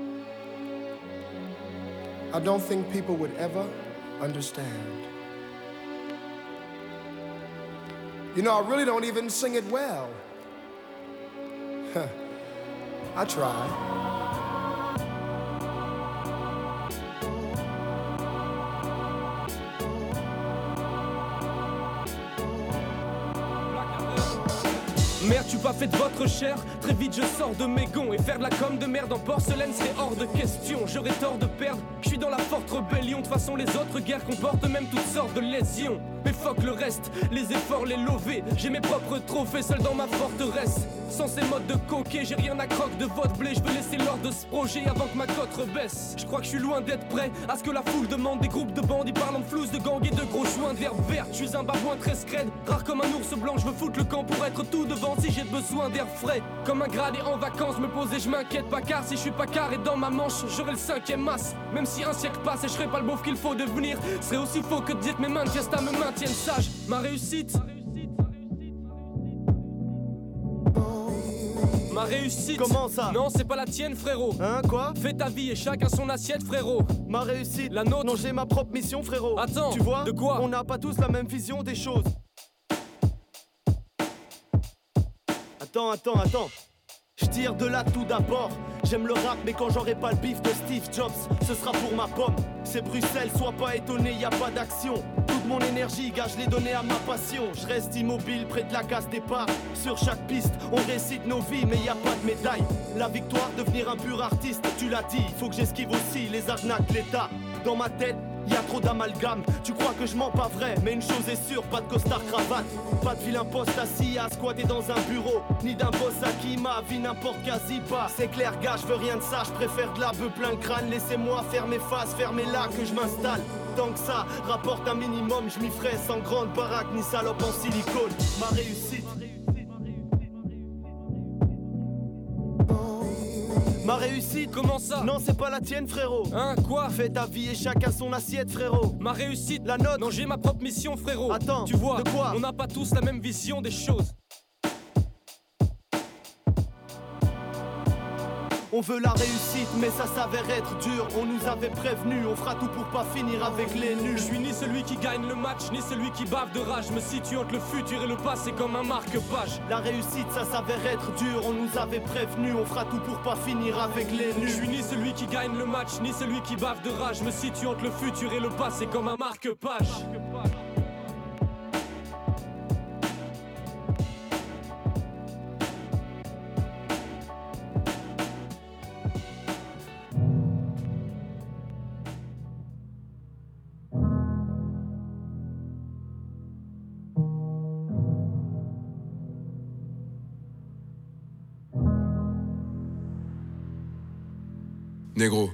I don't think people would ever understand. You know, I really don't even sing it well. I try.
Merde, tu pas fait de votre chair. Très vite je sors de mes gonds. Et faire de la com de merde en porcelaine c'est hors de question. J'aurais tort de perdre, je suis dans la forte rébellion. De toute façon les autres guerres comportent même toutes sortes de lésions. Mais fuck le reste, les efforts, les lovés. J'ai mes propres trophées seul dans ma forteresse. Sans ces modes de coquet, j'ai rien à croque de votre blé. Je veux laisser l'ordre de ce projet avant que ma cote rebaisse. Je crois que je suis loin d'être prêt à ce que la foule demande. Des groupes de bandits parlant de flouze, de gangs et de gros joints de verre vert. Je suis un babouin très scred, rare comme un ours blanc. Je veux foutre le camp pour être tout devant si j'ai besoin d'air frais. Comme un gradé en vacances, me poser, je m'inquiète pas car si je suis pas carré dans ma manche, j'aurai le 5e as. Même si un siècle passe et je serai pas le beauf qu'il faut devenir, serait aussi faux que de dire que mes mains de fiesta me maintiennent sage. Ma réussite. Ma réussite.
Comment ça?
Non, c'est pas la tienne, frérot.
Hein, quoi?
Fais ta vie et chacun son assiette, frérot.
Ma réussite.
La nôtre.
Non, j'ai ma propre mission, frérot.
Attends.
Tu vois?
De quoi?
On n'a pas tous la même vision des choses. Attends. Je tire de là tout d'abord. J'aime le rap, mais quand j'aurai pas le bif de Steve Jobs, ce sera pour ma pomme. C'est Bruxelles, sois pas étonné, y a pas d'action. Toute mon énergie, gars, je l'ai donnée à ma passion. Je reste immobile près de la case départ. Sur chaque piste, on récite nos vies, mais y a pas de médaille. La victoire, devenir un pur artiste, tu l'as dit. Faut que j'esquive aussi les arnaques, l'État. Dans ma tête, y a trop d'amalgame. Tu crois que je mens, pas vrai, mais une chose est sûre, pas de costard cravate. Pas de vilain poste assis à squatter dans un bureau, ni d'un boss à qui ma vie n'importe quasi pas. C'est clair, gars, je veux rien de ça, je préfère de la bœuf plein le crâne. Laissez-moi faire mes faces, fermez là que je m'installe. Tant que ça rapporte un minimum, je m'y ferai sans grande baraque ni salope en silicone. Ma réussite. Ma réussite.
Comment ça?
Non, c'est pas la tienne, frérot.
Hein, quoi?
Fais ta vie et chacun son assiette, frérot.
Ma réussite.
La nôtre.
Non, j'ai ma propre mission, frérot.
Attends.
Tu vois,
de quoi?
on n'a pas tous la même vision des choses.
On veut la réussite mais ça s'avère être dur. On nous avait prévenu, on fera tout pour pas finir avec les nuls.
Je suis ni celui qui gagne le match, ni celui qui bave de rage. Me situe entre le futur et le passé comme un marque-page.
La réussite ça s'avère être dur. On nous avait prévenu, on fera tout pour pas finir avec les nuls.
Je suis ni celui qui gagne le match, ni celui qui bave de rage. Me situe entre le futur et le passé comme un marque-page.
Négro.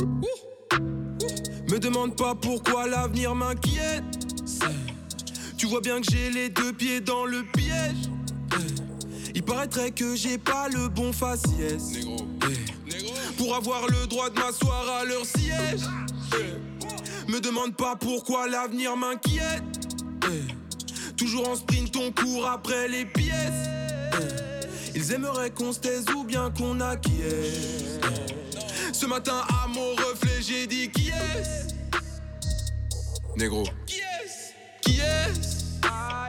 Me demande pas pourquoi l'avenir m'inquiète. Tu vois bien que j'ai les deux pieds dans le piège. Il paraîtrait que j'ai pas le bon faciès. Négro. Pour avoir le droit de m'asseoir à leur siège. Me demande pas pourquoi l'avenir m'inquiète. Toujours en sprint on court après les pièces. Ils aimeraient qu'on se taise ou bien qu'on acquiesce. Ce matin à mon reflet j'ai dit qui est-ce? Négro. Qui est-ce? Qui est-ce?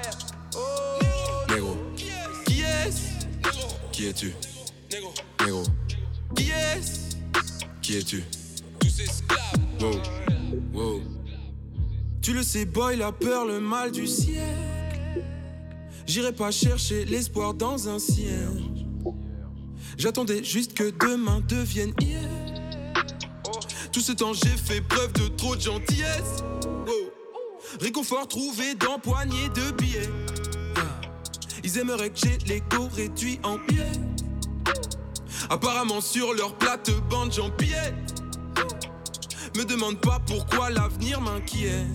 Négro. Qui est-ce? Qui es-tu? Négro. Qui est-ce? Qui es-tu? Tous esclaves. Wow. Wow. Tu le sais boy, la peur, le mal du siècle. J'irai pas chercher l'espoir dans un ciel. J'attendais juste que demain devienne hier. Tout ce temps j'ai fait preuve de trop de gentillesse. Réconfort trouvé dans poignée de billets. Ils aimeraient que j'ai l'ego réduit en pied. Apparemment sur leur plate-bande j'empiète. Me demande pas pourquoi l'avenir m'inquiète.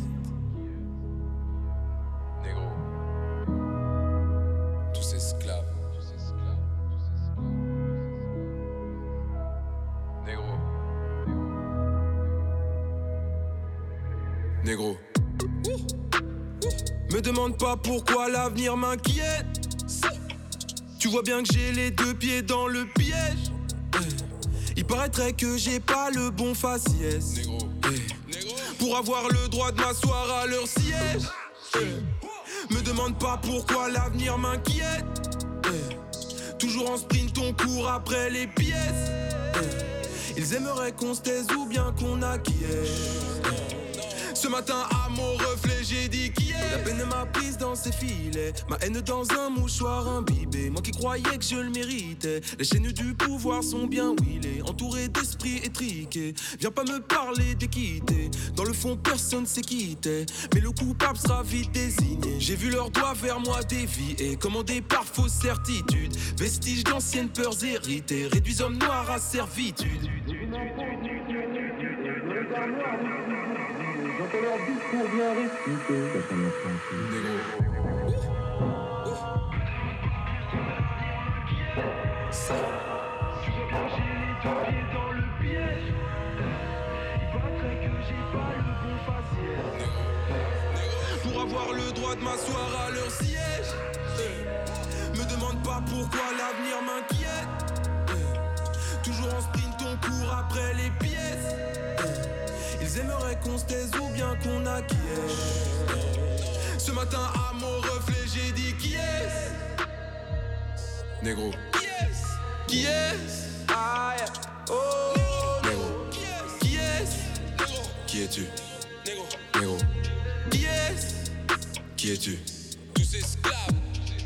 Négro. Tous esclaves. Négro. Négro. Me demande pas pourquoi l'avenir m'inquiète. Tu vois bien que j'ai les deux pieds dans le piège. Il paraîtrait que j'ai pas le bon faciès. Négro. Pour avoir le droit de m'asseoir à leur siège. Me demande pas pourquoi l'avenir m'inquiète. Toujours en sprint on court après les pièces. Ils aimeraient qu'on se taise ou bien qu'on acquiesce. Ce matin à mon reflet j'ai dit qui est. La peine m'a prise dans ses filets. Ma haine dans un mouchoir imbibé. Moi qui croyais que je le méritais. Les chaînes du pouvoir sont bien huilées. Entouré d'esprits étriqués. Viens pas me parler d'équité. Dans le fond personne s'est quitté. Mais le coupable sera vite désigné. J'ai vu leurs doigts vers moi dévier. Commandés par fausse certitude. Vestiges d'anciennes peurs héritées. Réduisent hommes noirs à servitude.
J'entends leur discours bien récité.
Ça. Dans le piège. Il paraîtrait que j'ai pas le bon faciès. Pour avoir le droit de m'asseoir à leur siège. Me demande pas pourquoi l'avenir m'inquiète. Toujours en sprint on court après les pièces. Ils aimeraient qu'on se taise ou bien qu'on acquiesce. Ce matin à mon reflet j'ai dit qui est-ce? Négro. Qui est-ce? Négro. Qui est-ce? Qui es-tu? Négro. Qui est-ce? Qui es-tu? Tous esclaves.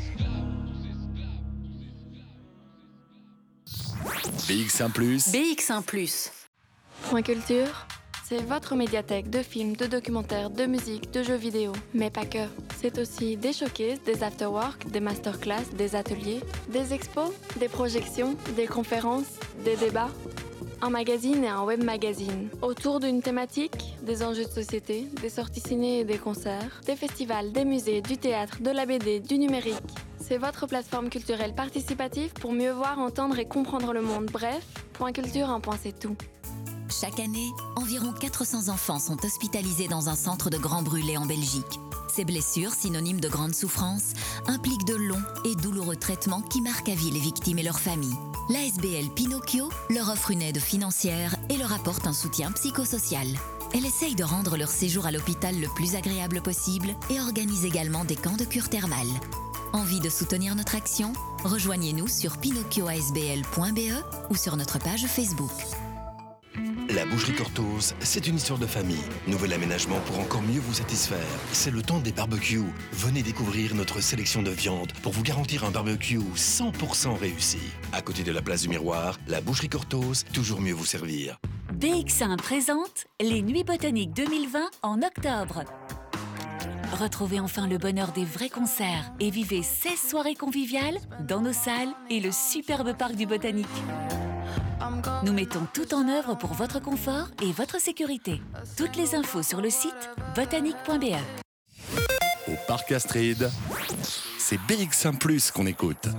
BX1+.
BX1+. Point Culture, c'est votre médiathèque de films, de documentaires, de musique, de jeux vidéo. Mais pas que. C'est aussi des showcases, des afterworks, des masterclass, des ateliers, des expos, des projections, des conférences, des débats. Un magazine et un web magazine. Autour d'une thématique, des enjeux de société, des sorties ciné et des concerts, des festivals, des musées, du théâtre, de la BD, du numérique. C'est votre plateforme culturelle participative pour mieux voir, entendre et comprendre le monde. Bref, Point Culture, un point c'est tout.
Chaque année, environ 400 enfants sont hospitalisés dans un centre de grands brûlés en Belgique. Ces blessures, synonymes de grande souffrance, impliquent de longs et douloureux traitements qui marquent à vie les victimes et leurs familles. L'ASBL Pinocchio leur leur offre une aide financière et leur apporte un soutien psychosocial. Elle essaye de rendre leur séjour à l'hôpital le plus agréable possible et organise également des camps de cure thermale. Envie de soutenir notre action? Rejoignez-nous sur pinocchioasbl.be ou sur notre page Facebook.
La boucherie Cortose, c'est une histoire de famille. Nouvel aménagement pour encore mieux vous satisfaire. C'est le temps des barbecues. Venez découvrir notre sélection de viande pour vous garantir un barbecue 100% réussi. À côté de la place du Miroir, la boucherie Cortose, toujours mieux vous servir.
BX1 présente les Nuits Botaniques 2020 en octobre. Retrouvez enfin le bonheur des vrais concerts et vivez 16 soirées conviviales dans nos salles et le superbe parc du Botanique. Nous mettons tout en œuvre pour votre confort et votre sécurité. Toutes les infos sur le site botanique.be.
Au Parc Astrid, c'est BX1 Plus qu'on écoute.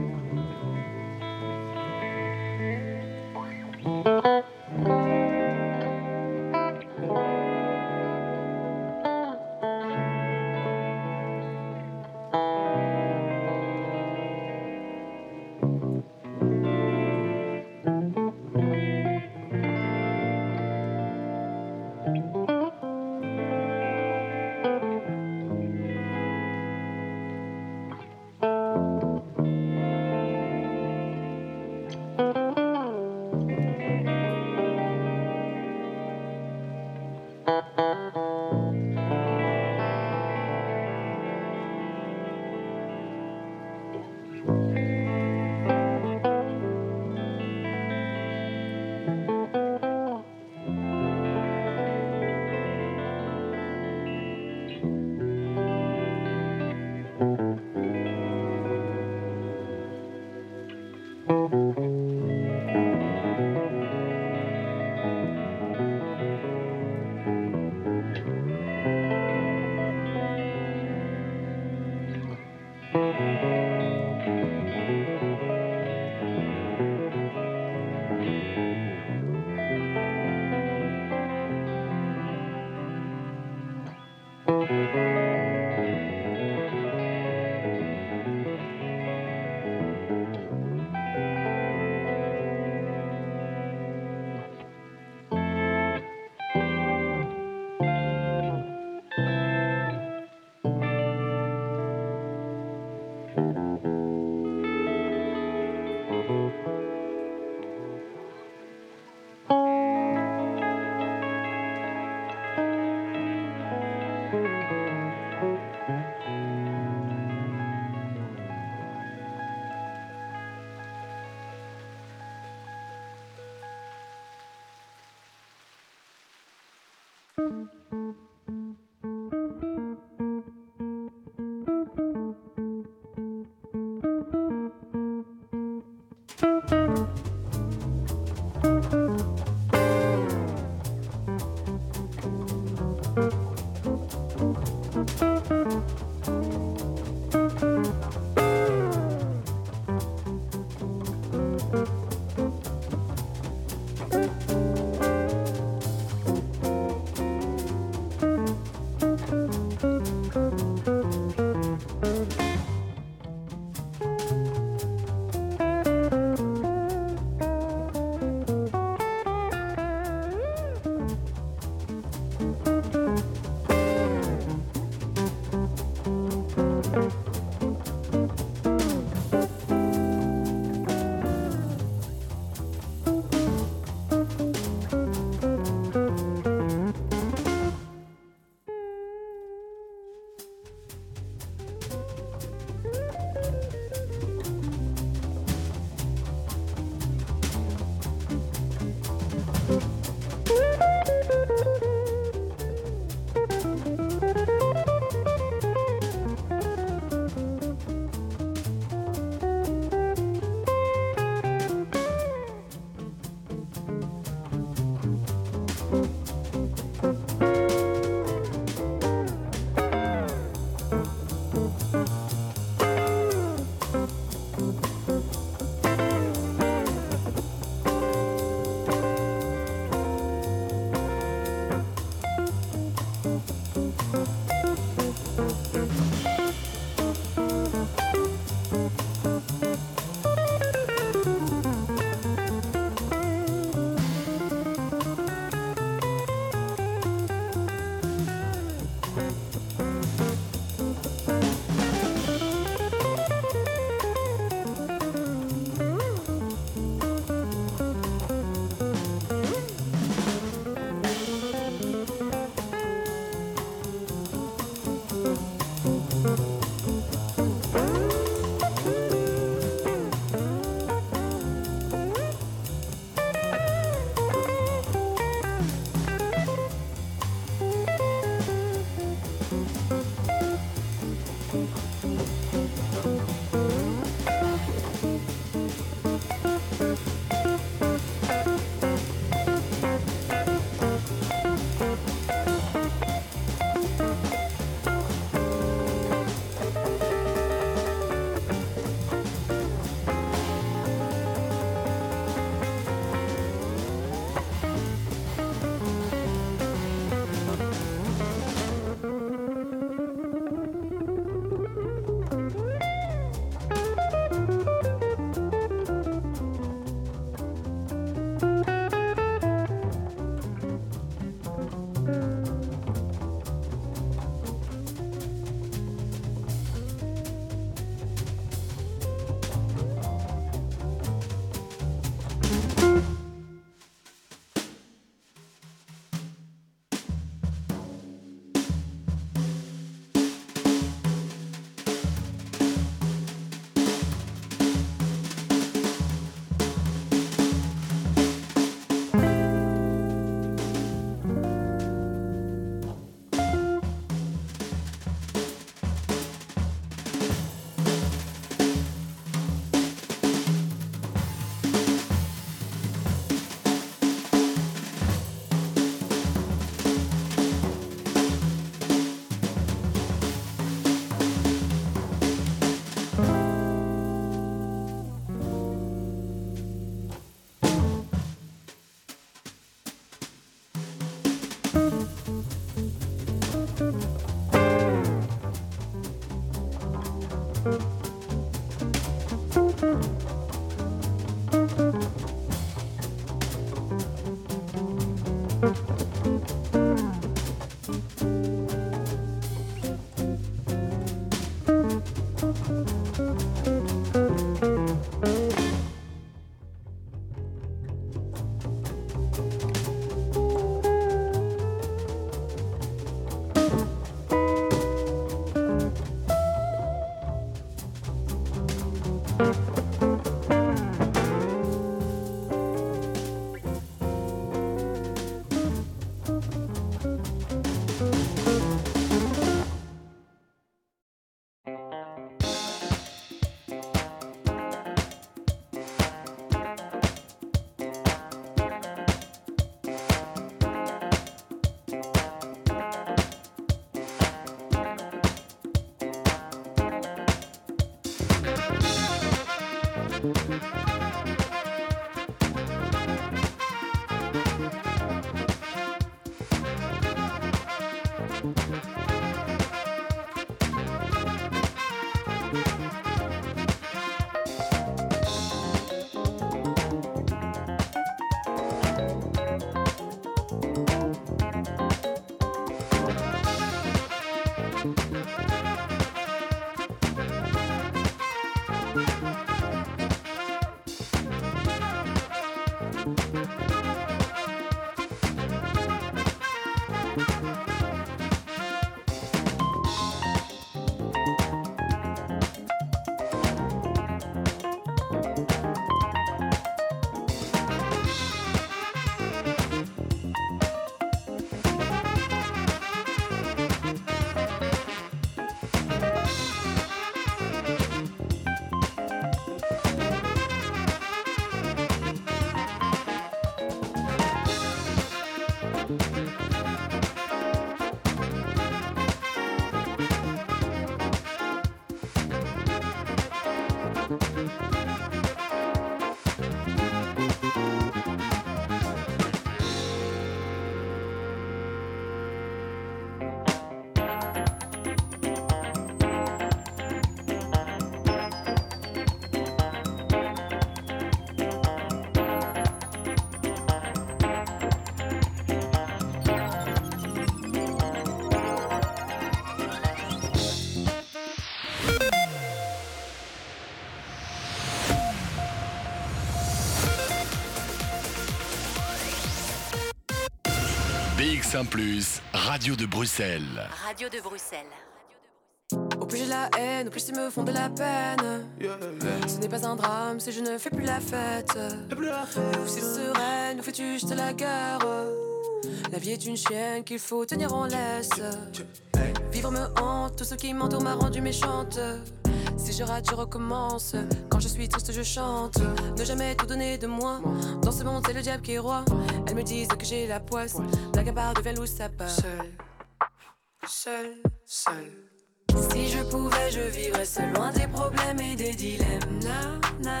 BX1+, Radio de Bruxelles.
Radio de Bruxelles.
Au plus j'ai la haine, au plus ils me font de la peine. Ce n'est pas un drame si je ne fais plus la fête. Ou si sereine, ou fais-tu juste la guerre. La vie est une chienne qu'il faut tenir en laisse. Vivre me hante, tout ce qui m'entoure m'a rendu méchante. Si je rate, je recommence. Quand je suis triste, je chante. Ne jamais tout donner de moi. Dans ce monde, c'est le diable qui est roi. Elles me disent que j'ai la poisse. La gabarre devient loup, ça part. Seul. Si je pouvais, je vivrais seul, loin des problèmes et des dilemmes. Na.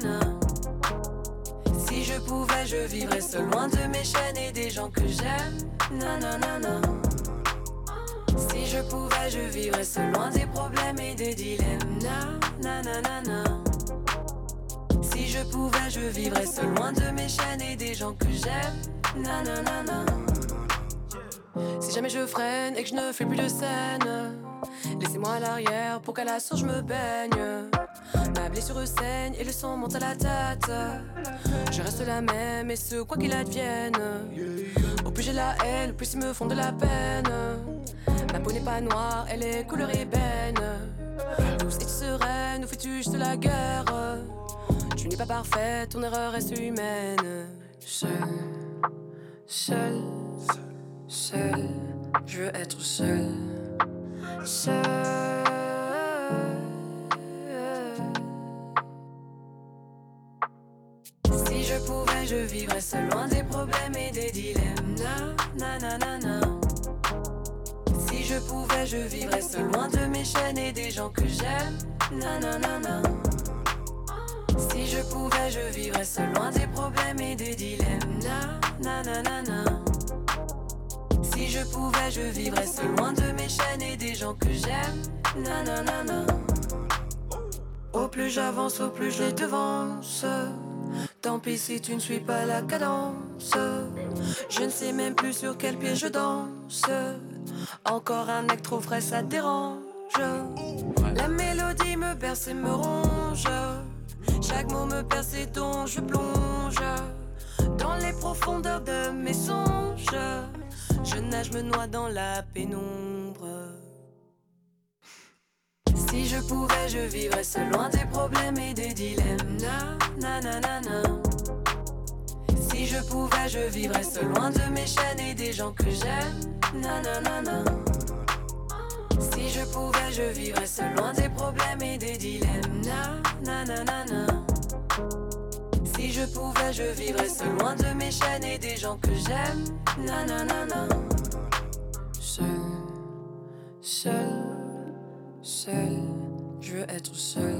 Si je pouvais, je vivrais seul, loin de mes chaînes et des gens que j'aime. Na. Si je pouvais, je vivrais seul, loin des problèmes et des dilemmes. Na. Si je pouvais, je vivrais seul, loin de mes chaînes et des gens que j'aime. Na. Si jamais je freine et que je ne fais plus de scène, laissez-moi à l'arrière pour qu'à la source je me baigne. Ma blessure saigne et le sang monte à la tête. Je reste la même et ce quoi qu'il advienne. Au plus j'ai la haine, au plus ils me font de la peine. Ma peau n'est pas noire, elle est couleur ébène. Douce et sereine, où fais-tu juste la guerre? Tu n'es pas parfaite, ton erreur reste humaine. Seul, je veux être seul. Si je pouvais, je vivrais seul, loin des problèmes et des dilemmes. Na. Si je pouvais, je vivrais seul, loin de mes chaînes et des gens que j'aime. Na. Si je pouvais, je vivrais seul, loin des problèmes et des dilemmes. Na. Si je pouvais, je vivrais seul, loin de mes chaînes et des gens que j'aime. Na. Au plus j'avance, au plus je les devance. Tant pis si tu ne suis pas la cadence. Je ne sais même plus sur quel pied je danse. Encore un acte trop frais, ça dérange. La mélodie me berce et me ronge. Chaque mot me perce et dont je plonge dans les profondeurs de mes songes. Je nage, me noie dans la pénombre. Si je pouvais, je vivrais seul, loin des problèmes et des dilemmes. Na. Si je pouvais, je vivrais seul, loin de mes chaînes et des gens que j'aime. Na. Si je pouvais, je vivrais seul, loin des problèmes et des dilemmes. Na. Si je pouvais, je vivrais seul, loin de mes chaînes et des gens que j'aime. Na. Seul, je veux être seul.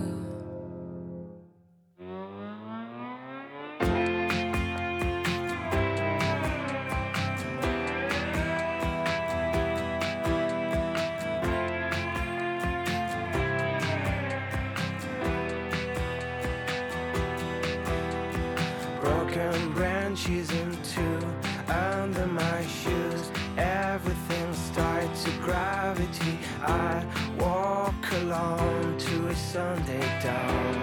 Broken branches in two under my shoes. Everything starts to gravity. I walk alone to a Sunday dawn.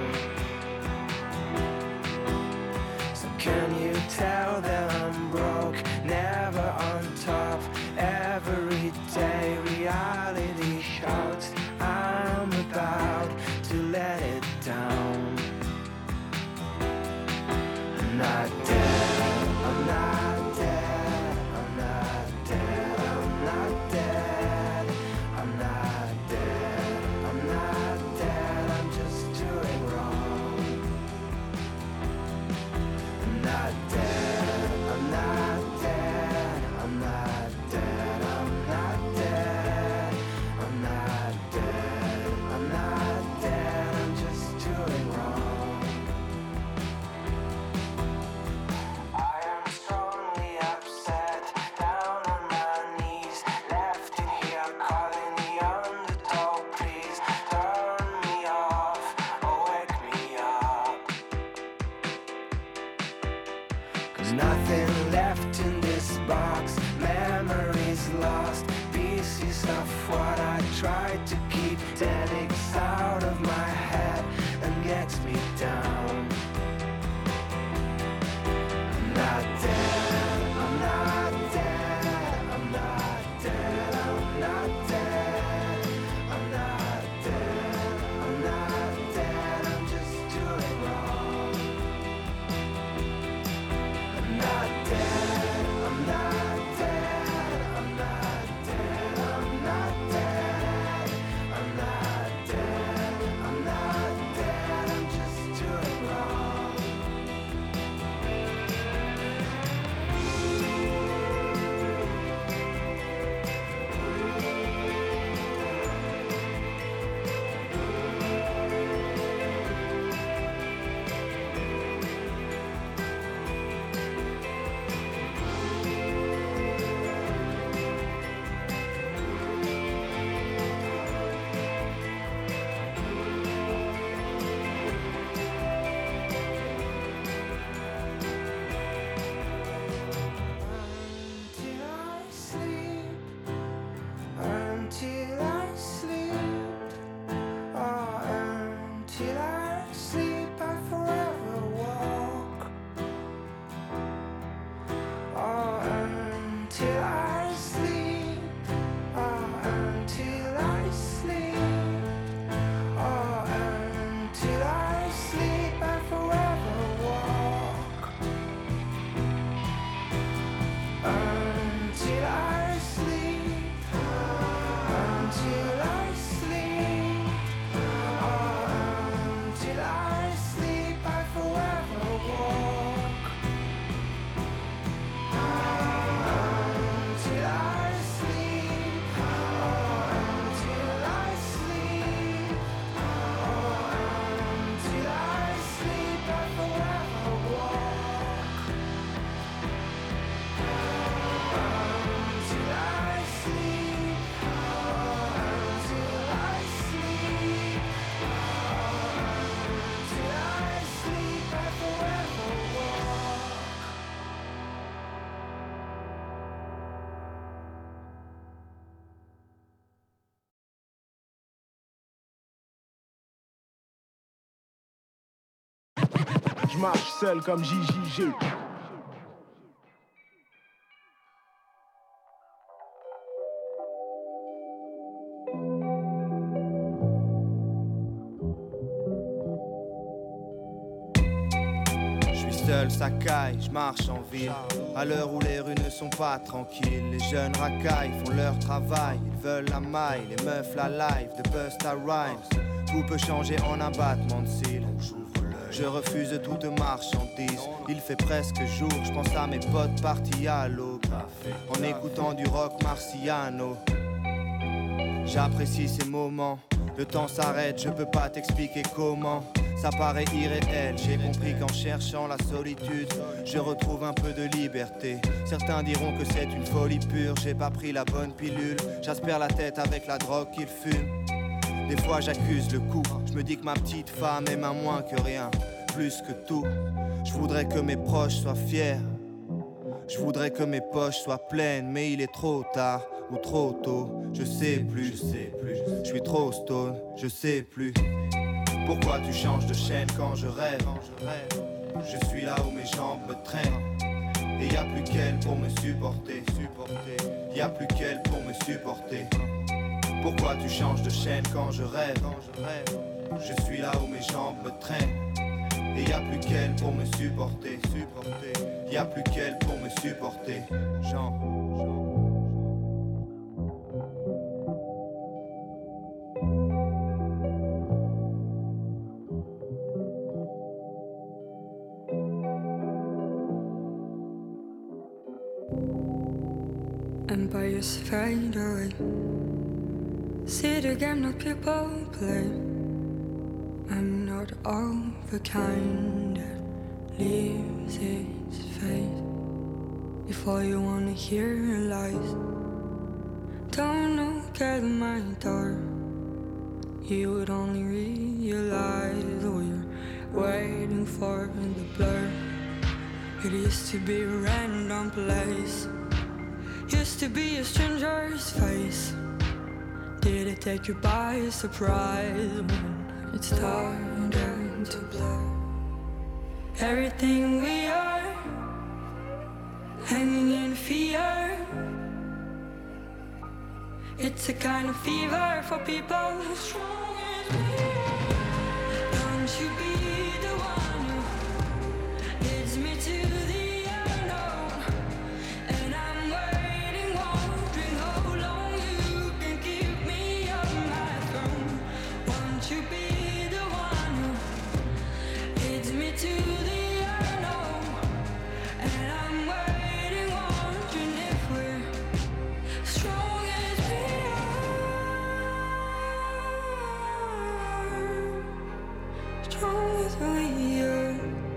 So can you tell that I'm broke, never on top? Every day reality shouts I'm about to let it down. I'm not dead, I'm not dead, I'm not dead, I'm not dead, I'm not dead, I'm not dead, I'm just doing wrong. I'm not dead, I'm not dead, I'm not dead, I'm not dead, I'm not dead, I'm not dead, I'm just doing wrong. Nothing left in this box, memories lost, pieces of what I tried to keep. Dead aches out of my head and gets me down. I'm not dead, I'm not dead, I'm
marche seul comme JJG.
Seul ça caille, je marche en ville. À l'heure où les rues ne sont pas tranquilles, les jeunes racailles font leur travail. Ils veulent la maille, les meufs la live, de Busta Rhymes. Tout peut changer en un battement de cils. Je refuse toute marchandise. Il fait presque jour, je pense à mes potes partis à l'aube en écoutant du rock marciano. J'apprécie ces moments. Le temps s'arrête, je peux pas t'expliquer comment. Ça paraît irréel, j'ai compris qu'en cherchant la solitude, je retrouve un peu de liberté. Certains diront que c'est une folie pure, j'ai pas pris la bonne pilule. J'aspire la tête avec la drogue qu'ils fument. Des fois j'accuse le coup, je me dis que ma petite femme aime un moins que rien, plus que tout. Je voudrais que mes proches soient fiers, je voudrais que mes poches soient pleines, mais il est trop tard ou trop tôt, je sais plus. Je suis trop stone, je sais plus. Pourquoi tu changes de chaîne quand je rêve? Je suis là où mes jambes me traînent. Et y a plus qu'elle pour me supporter. Y a plus qu'elle pour me supporter. Pourquoi tu changes de chaîne quand je rêve? Je suis là où mes jambes me traînent. Et y a plus qu'elle pour me supporter. Y a plus qu'elle pour me supporter. Jean.
Empires fade away. See the game that people play. I'm not of the kind that leaves its fate before you wanna hear lies. Don't look at my door. You would only realize we're waiting for the blur. It used to be a random place. Used to be a stranger's face. Did it take you by surprise when it started to blur? Everything we are, hanging in fear. It's a kind of fever for people strong as we are. Don't you be the one who leads me to the unknown. And I'm waiting, wondering how long you can keep me on my throne. Won't you be the one who leads me to the unknown? And I'm waiting, wondering if we're strong as we are. Strong as we are.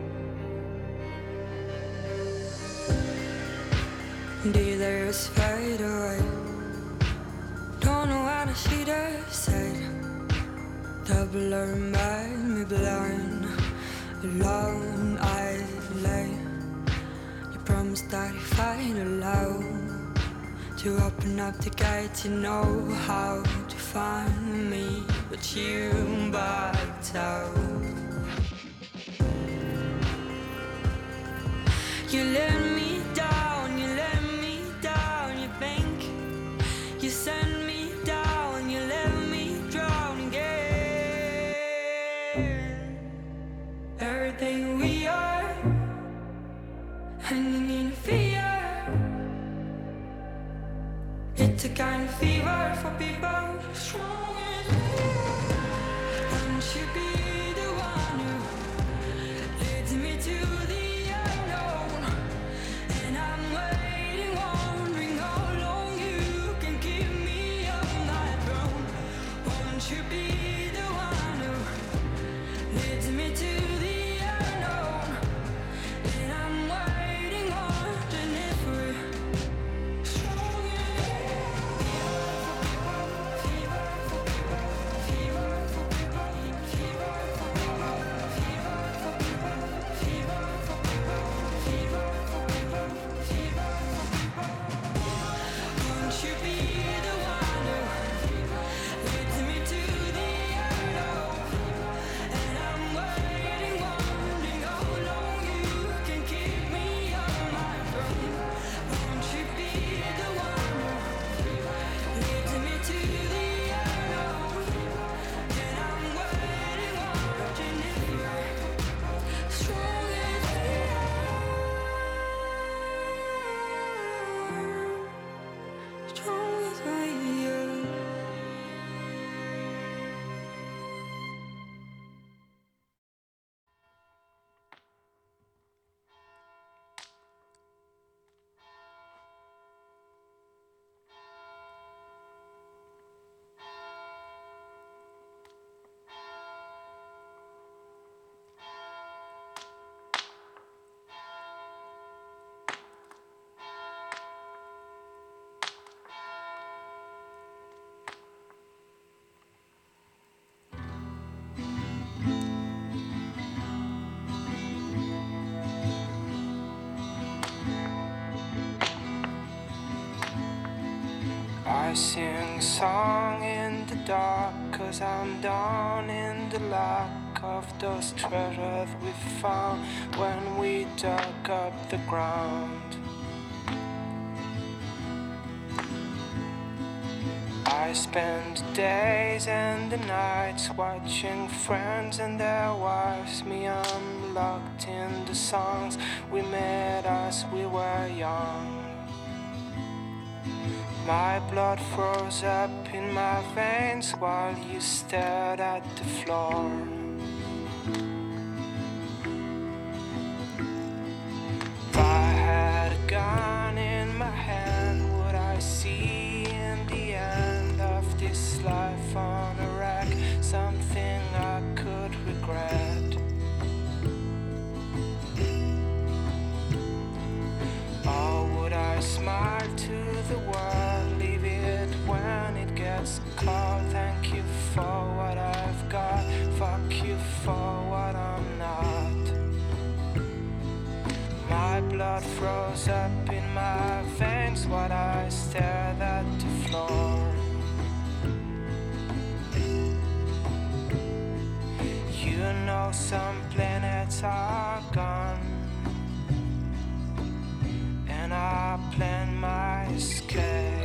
Dealers fade away. Don't know how to see the side. Double or made me blind. Alone I lay. You promised that if I'd allow to open up the gate, you know how to find me, but you backed out. You let me down, you let me down. You think you send me down, you let me drown again. Everything we are, hanging in fear. It's a kind of fever for people strong as we are. Don't you be the
I sing song in the dark, 'cause I'm down in the lack of those treasures we found when we dug up the ground. I spend days and the nights watching friends and their wives. Me, I'm locked in the songs we made as we were young. My blood froze up in my veins while you stared at the floor. If I had a gun in my hand, would I see in the end of this life on a rack something I could regret? Or would I smile to the world, leave it when it gets cold? Thank you for what I've got, fuck you for what I'm not. My blood froze up in my veins while I stared at the floor. You know some planets are gone, and I plan my escape.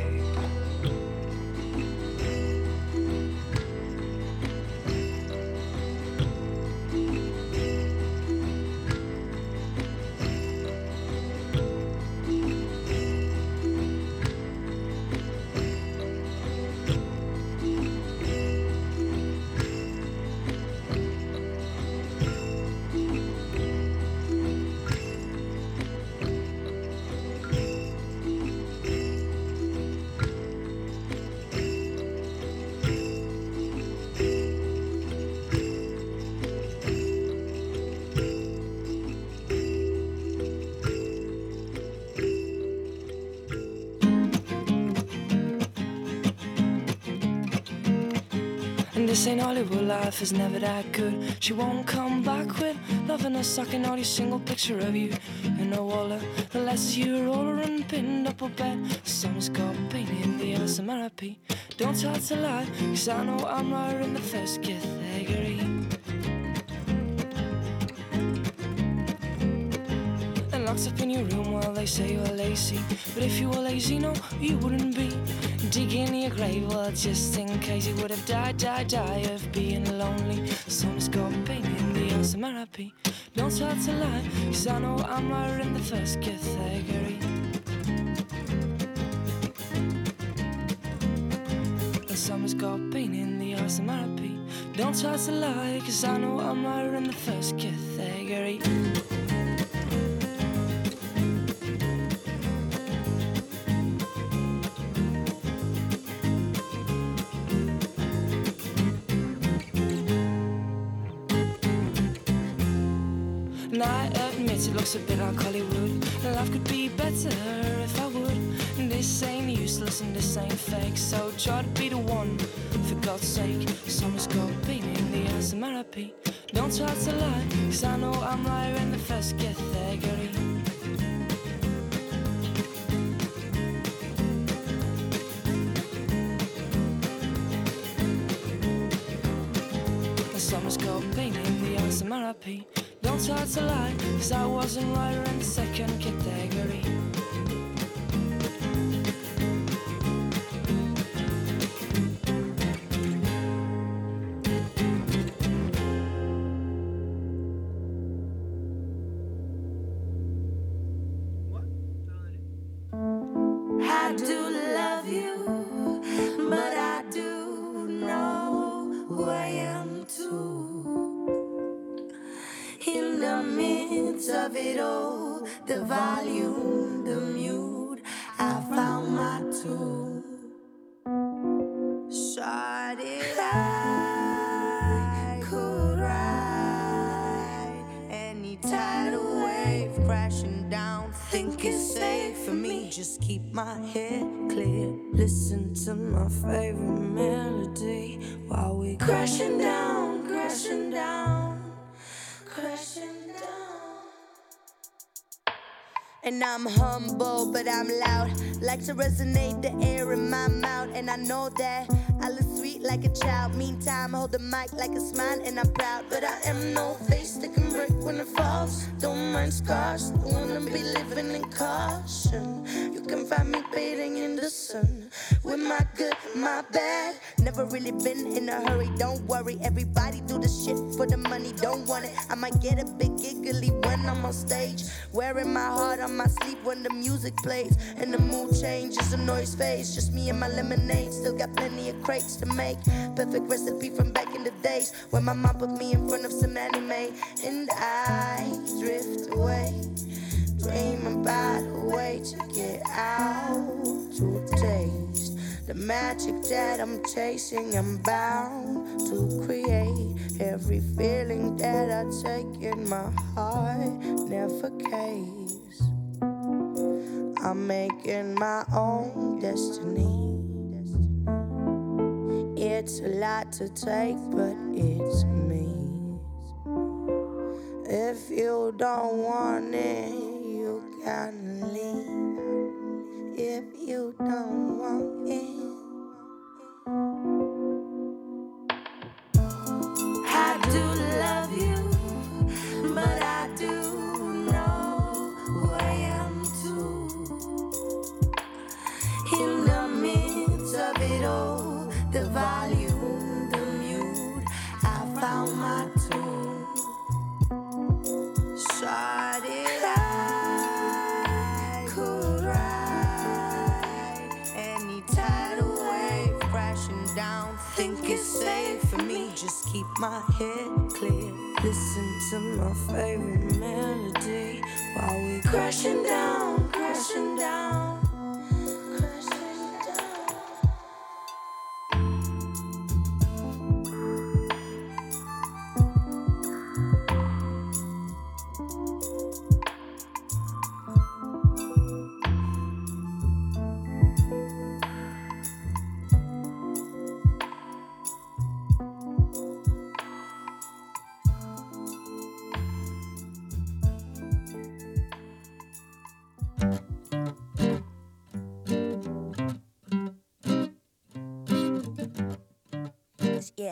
This ain't Hollywood, life is never that good. She won't come back with loving a sucking all your single picture of you in a wallet. The less you roll her and pinned up a bed. The sun's got pain in the eyes of therapy. Don't try to lie, 'cause I know I'm right in the first category. And locked up in your room while they say you're lazy. But if you were lazy, no, you wouldn't be digging your grave, well, just in case you would have died of being lonely. Someone's got pain in the eyes of therapy. Don't try to lie, 'cause I know I'm right in the first category. And someone's got pain in the eyes of therapy. Don't try to lie, 'cause I know I'm right in the first category. And I admit it looks a bit like Hollywood. Life could be better if I would. And this ain't useless and this ain't fake. So try to be the one, for God's sake. Someone's got pain in the eyes of therapy. Don't try to lie, 'cause I know I'm right in the first category. And someone's got pain in the eyes of therapy. Don't try to lie, 'cause I wasn't right in the second category.
I do love you, but I do know who I am too. In the midst of it all, the volume, the mute, I found my tune. Started I could ride any tidal wave crashing down. Think it's safe for me, just keep my head clear. Listen to my favorite melody while we crashing down, crashing down. Crashing down. And I'm humble, but I'm loud. Like to resonate the air in my mouth. And I know that I look sweet like a child. Meantime, hold the mic like a smile and I'm proud. But I am no face that can break when it falls. Don't mind scars, don't wanna be living in caution. You can find me bathing in the sun. With my good, my bad. Never really been in a hurry, don't worry. Everybody do the shit for the money, don't want it. I might get a bit giggly when I'm on stage. Wearing my heart on my sleeve when the music plays. And the mood changes, the noise fades. Just me and my lemonade, still got plenty of crates to make. Perfect recipe from back in the days when my mom put me in front of some anime. And I drift away, dream about a way to get out, to taste the magic that I'm chasing. I'm bound to create every feeling that I take in my heart, never case. I'm making my own destiny. It's a lot to take, but it's me. If you don't want it, you can leave. If you don't want it, I do love you, but I do know who I am too. In the midst of it all, the volume, the mute, I found my tune. Started I could ride any tidal wave crashing down. Think it's safe for me, just keep my head clear. Listen to my favorite melody while we crashing down, crashing down. Yeah.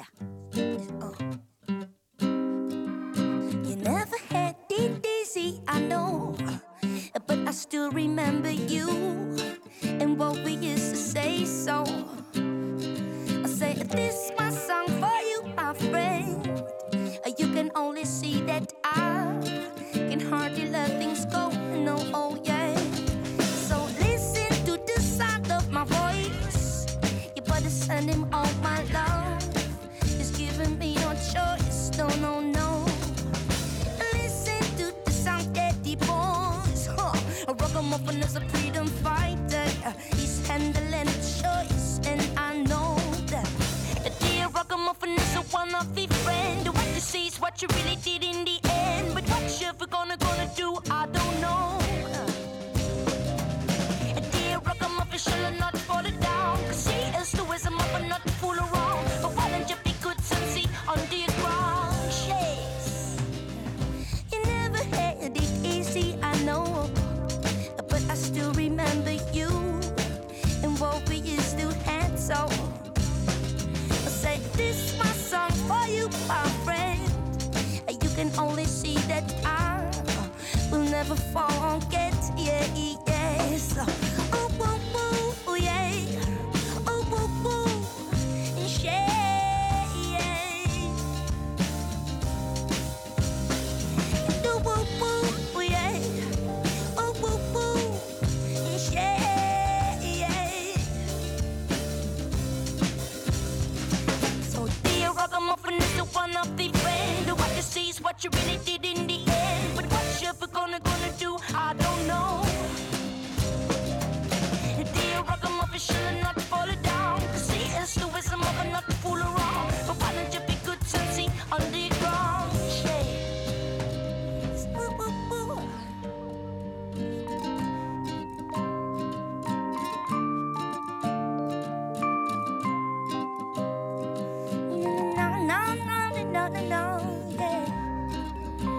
You never had it easy, I know, but I still remember you and what we used to say. So I say this my song for you, my friend. You can only see that I can hardly let things go. No, oh yeah. So listen to the sound of my voice. You better send him all my love. Giving me no choice, no, no, no. Listen to the sound that he boys. A ragamuffin is a freedom fighter. He's handling the choice, and I know that. The dear ragamuffin is a one-of-a friend. What you see is what you really did in the end. But what you're gonna do, I don't know. A dear ragamuffin shall not fall down. Cause he is the wisdom of a not to fool around. But why don't you be good and see on the ground? Yes. You never had it easy, I know, but I still remember you and what we used to have. So I say this my song for you, my friend. You can only see that I will never forget. Yeah, yes. Oh, oh, oh, yeah. Oh, oh, oh, yeah. One-of-a friend. What you see is what you really did in the end. But what you're gonna do, I don't know. Dear ragamuffin shall not fall down. Cause he is the wisdom of a not to fool around. But why don't you be good and see on the ground? No, yeah.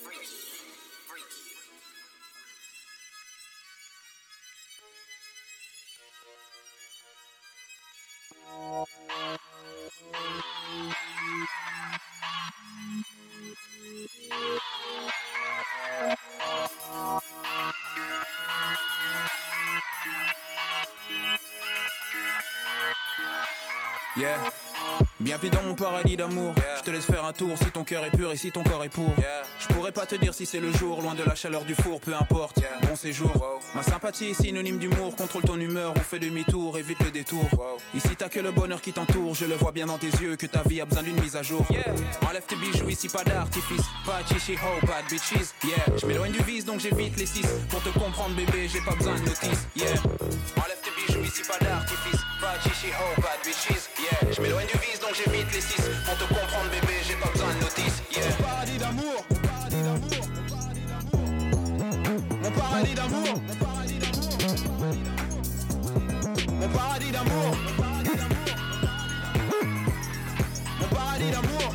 Yeah. Bienvenue dans mon paradis d'amour. Je te laisse faire un tour si ton cœur est pur et si ton corps est pour. Je pourrais pas te dire si c'est le jour, loin de la chaleur du four, peu importe. Bon séjour. Ma sympathie est synonyme d'humour. Contrôle ton humeur ou fais demi-tour, évite le détour. Ici t'as que le bonheur qui t'entoure. Je le vois bien dans tes yeux que ta vie a besoin d'une mise à jour. Enlève tes bijoux, ici pas d'artifice. Pas de chichi ho, pas de bitches. Je m'éloigne du vice donc j'évite les 6. Pour te comprendre bébé, j'ai pas besoin de notice. Enlève tes bijoux, ici pas d'artifice. Pas de chichi ho, pas de bitches. Je m'éloigne du vice donc j'évite les 6. Pour te comprendre bébé, j'ai pas besoin de notice. Mon paradis d'amour. Mon paradis d'amour. Mon paradis d'amour. Mon paradis d'amour.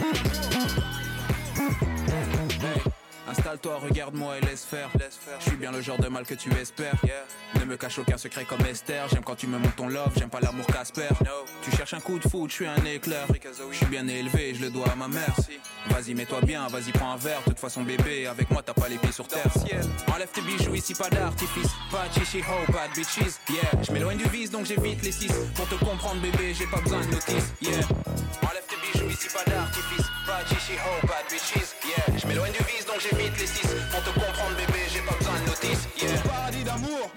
Hey, installe-toi, regarde-moi et laisse faire. Je suis bien le genre de mal que tu espères. Ne me cache aucun secret comme Esther. J'aime quand tu me montres ton love, j'aime pas l'amour Casper. Tu cherches un coup de foot, je suis un éclair. Je suis bien élevé, je le dois à ma mère. Vas-y mets-toi bien, vas-y prends un verre. De toute façon bébé, avec moi t'as pas les pieds sur terre. Enlève tes bijoux, ici pas d'artifice. Pas de chichi ho, pas de bitches. Je m'éloigne du vice donc j'évite les 6. Pour te comprendre bébé, j'ai pas besoin de notice. Enlève tes bijoux, ici pas d'artifice. Pas de chichi ho, pas de bitches. Je m'éloigne du vice donc j'évite les 6. Pour te comprendre bébé, j'ai pas besoin de notice. Mon paradis d'amour.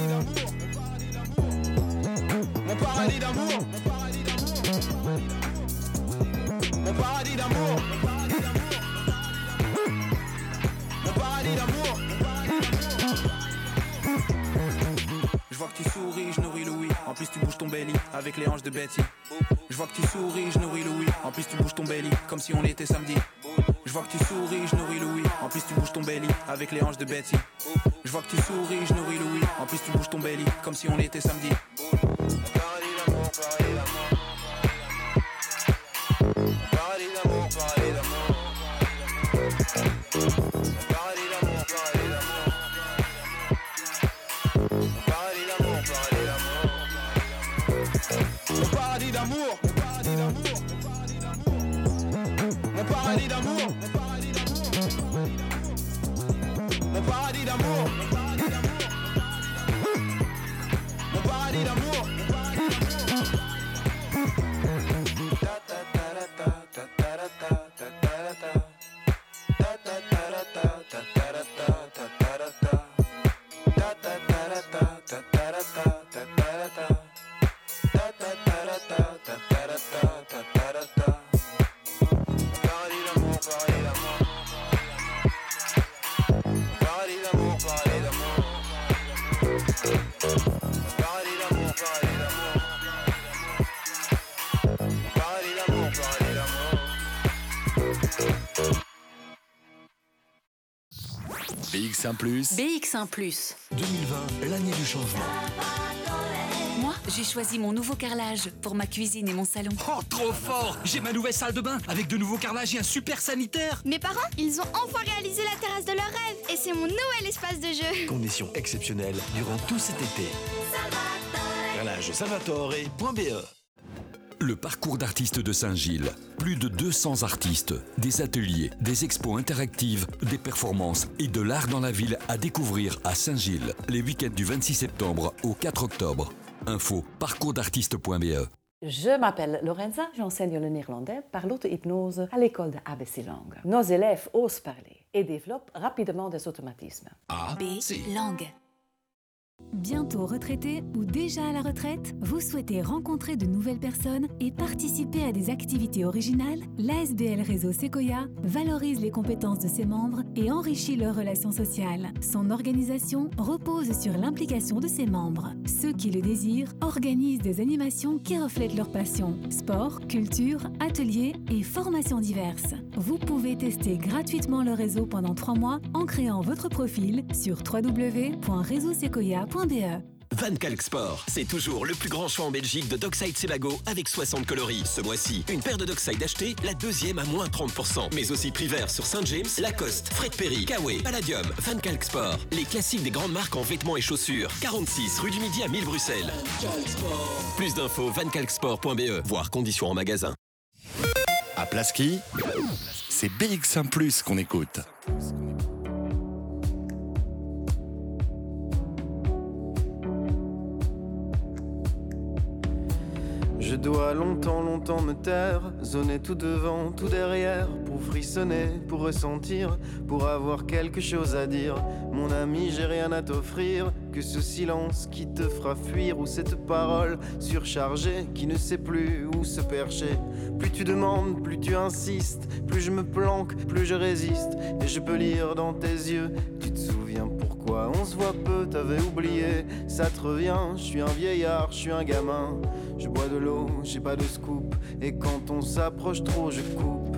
Mon paradis d'amour. Mon paradis d'amour. Mon paradis d'amour. Je vois que tu souris, je nourris Louis. En plus tu bouges ton belly avec les hanches de Betty. Je vois que tu souris, je nourris Louis. En plus tu bouges ton belly comme si on était samedi. Je vois que tu souris, je nourris Louis. En plus tu bouges ton belly avec les hanches de Betty. Je vois que tu souris, je nourris Louis. En plus tu bouges ton belly comme si on était samedi. Paradis d'amour, paradis d'amour. Paradis d'amour, paradis d'amour. Paradis d'amour, paradis d'amour. Paradis d'amour, paradis d'amour. Mon paradis d'amour. Mon paradis d'amour. Mon paradis d'amour. Mon paradis d'amour.
BX1+.
BX1+.
2020, l'année du changement.
Moi, j'ai choisi mon nouveau carrelage pour ma cuisine et mon salon.
Oh, trop fort! J'ai ma nouvelle salle de bain avec de nouveaux carrelages et un super sanitaire.
Mes parents, ils ont enfin réalisé la terrasse de leurs rêves. Et c'est mon nouvel espace de jeu.
Conditions exceptionnelles durant tout cet été. Carrelage salvatore.be.
Le parcours d'artistes de Saint-Gilles. Plus de 200 artistes, des ateliers, des expos interactives, des performances et de l'art dans la ville à découvrir à Saint-Gilles. Les week-ends du 26 septembre au 4 octobre. Info parcoursdartiste.be.
Je m'appelle Lorenza, j'enseigne le néerlandais par l'auto-hypnose à l'école de ABC Langue. Nos élèves osent parler et développent rapidement des automatismes.
ABC Langue.
Bientôt retraité ou déjà à la retraite, vous souhaitez rencontrer de nouvelles personnes et participer à des activités originales? L'ASBL Réseau Sequoia valorise les compétences de ses membres et enrichit leurs relations sociales. Son organisation repose sur l'implication de ses membres. Ceux qui le désirent organisent des animations qui reflètent leur passion. Sport, culture, ateliers et formations diverses. Vous pouvez tester gratuitement le réseau pendant 3 mois en créant votre profil sur www.réseausequoia.be.
Van Calk Sport. C'est toujours le plus grand choix en Belgique de Dockside Sebago avec 60 coloris. Ce mois-ci, une paire de Dockside achetée, la deuxième à moins 30%. Mais aussi prix vert sur Saint James, Lacoste, Fred Perry, Kawe, Palladium, Van Calk Sport. Les classiques des grandes marques en vêtements et chaussures. 46 rue du Midi à 1000 Bruxelles. Plus d'infos vancalksport.be, voire conditions en magasin.
À Plaski, c'est BX1 + qu'on écoute.
Je dois longtemps me taire, zoner tout devant, tout derrière, pour frissonner, pour ressentir, pour avoir quelque chose à dire. Mon ami, j'ai rien à t'offrir, que ce silence qui te fera fuir, ou cette parole surchargée qui ne sait plus où se percher. Plus tu demandes, plus tu insistes, plus je me planque, plus je résiste, et je peux lire dans tes yeux. Tu te souviens pourquoi on se voit peu, t'avais oublié, ça te revient. Je suis un vieillard, je suis un gamin, je bois de l'eau, j'ai pas de scoop, et quand on s'approche trop, je coupe.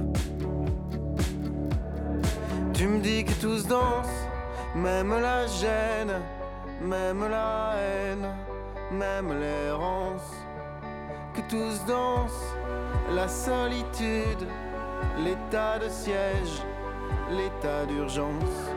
Tu me dis que tous dansent, même la gêne, même la haine, même l'errance. Que tous dansent, la solitude, l'état de siège, l'état d'urgence.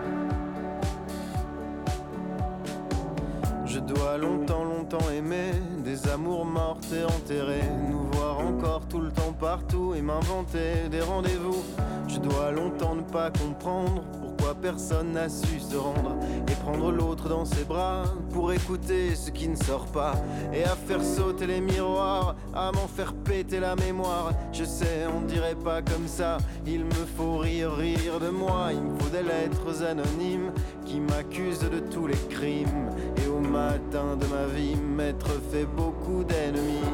Je dois longtemps aimer des amours mortes et enterrées, nous voir encore tout le temps partout et m'inventer des rendez-vous. Je dois longtemps ne pas comprendre pourquoi personne n'a su se rendre et prendre l'autre dans ses bras pour écouter ce qui ne sort pas et à faire sauter les miroirs, à m'en faire péter la mémoire. Je sais, on dirait pas comme ça, il me faut rire de moi. Il me faut des lettres anonymes qui m'accusent de tous les crimes et au matin de ma vie m'être fait beaucoup d'ennemis.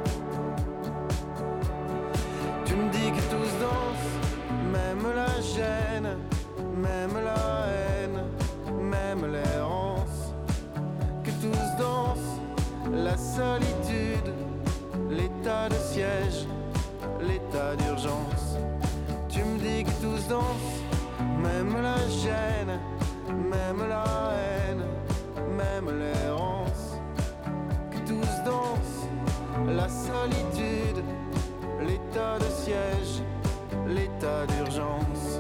Tu me dis que tous dansent, même la gêne, même la haine, même l'errance. Que tous dansent, la solitude, l'état de siège, l'état d'urgence. Tu me dis que tous dansent, même la gêne, même la haine, même l'errance. Que tous dansent, la solitude, l'état de siège, l'état d'urgence.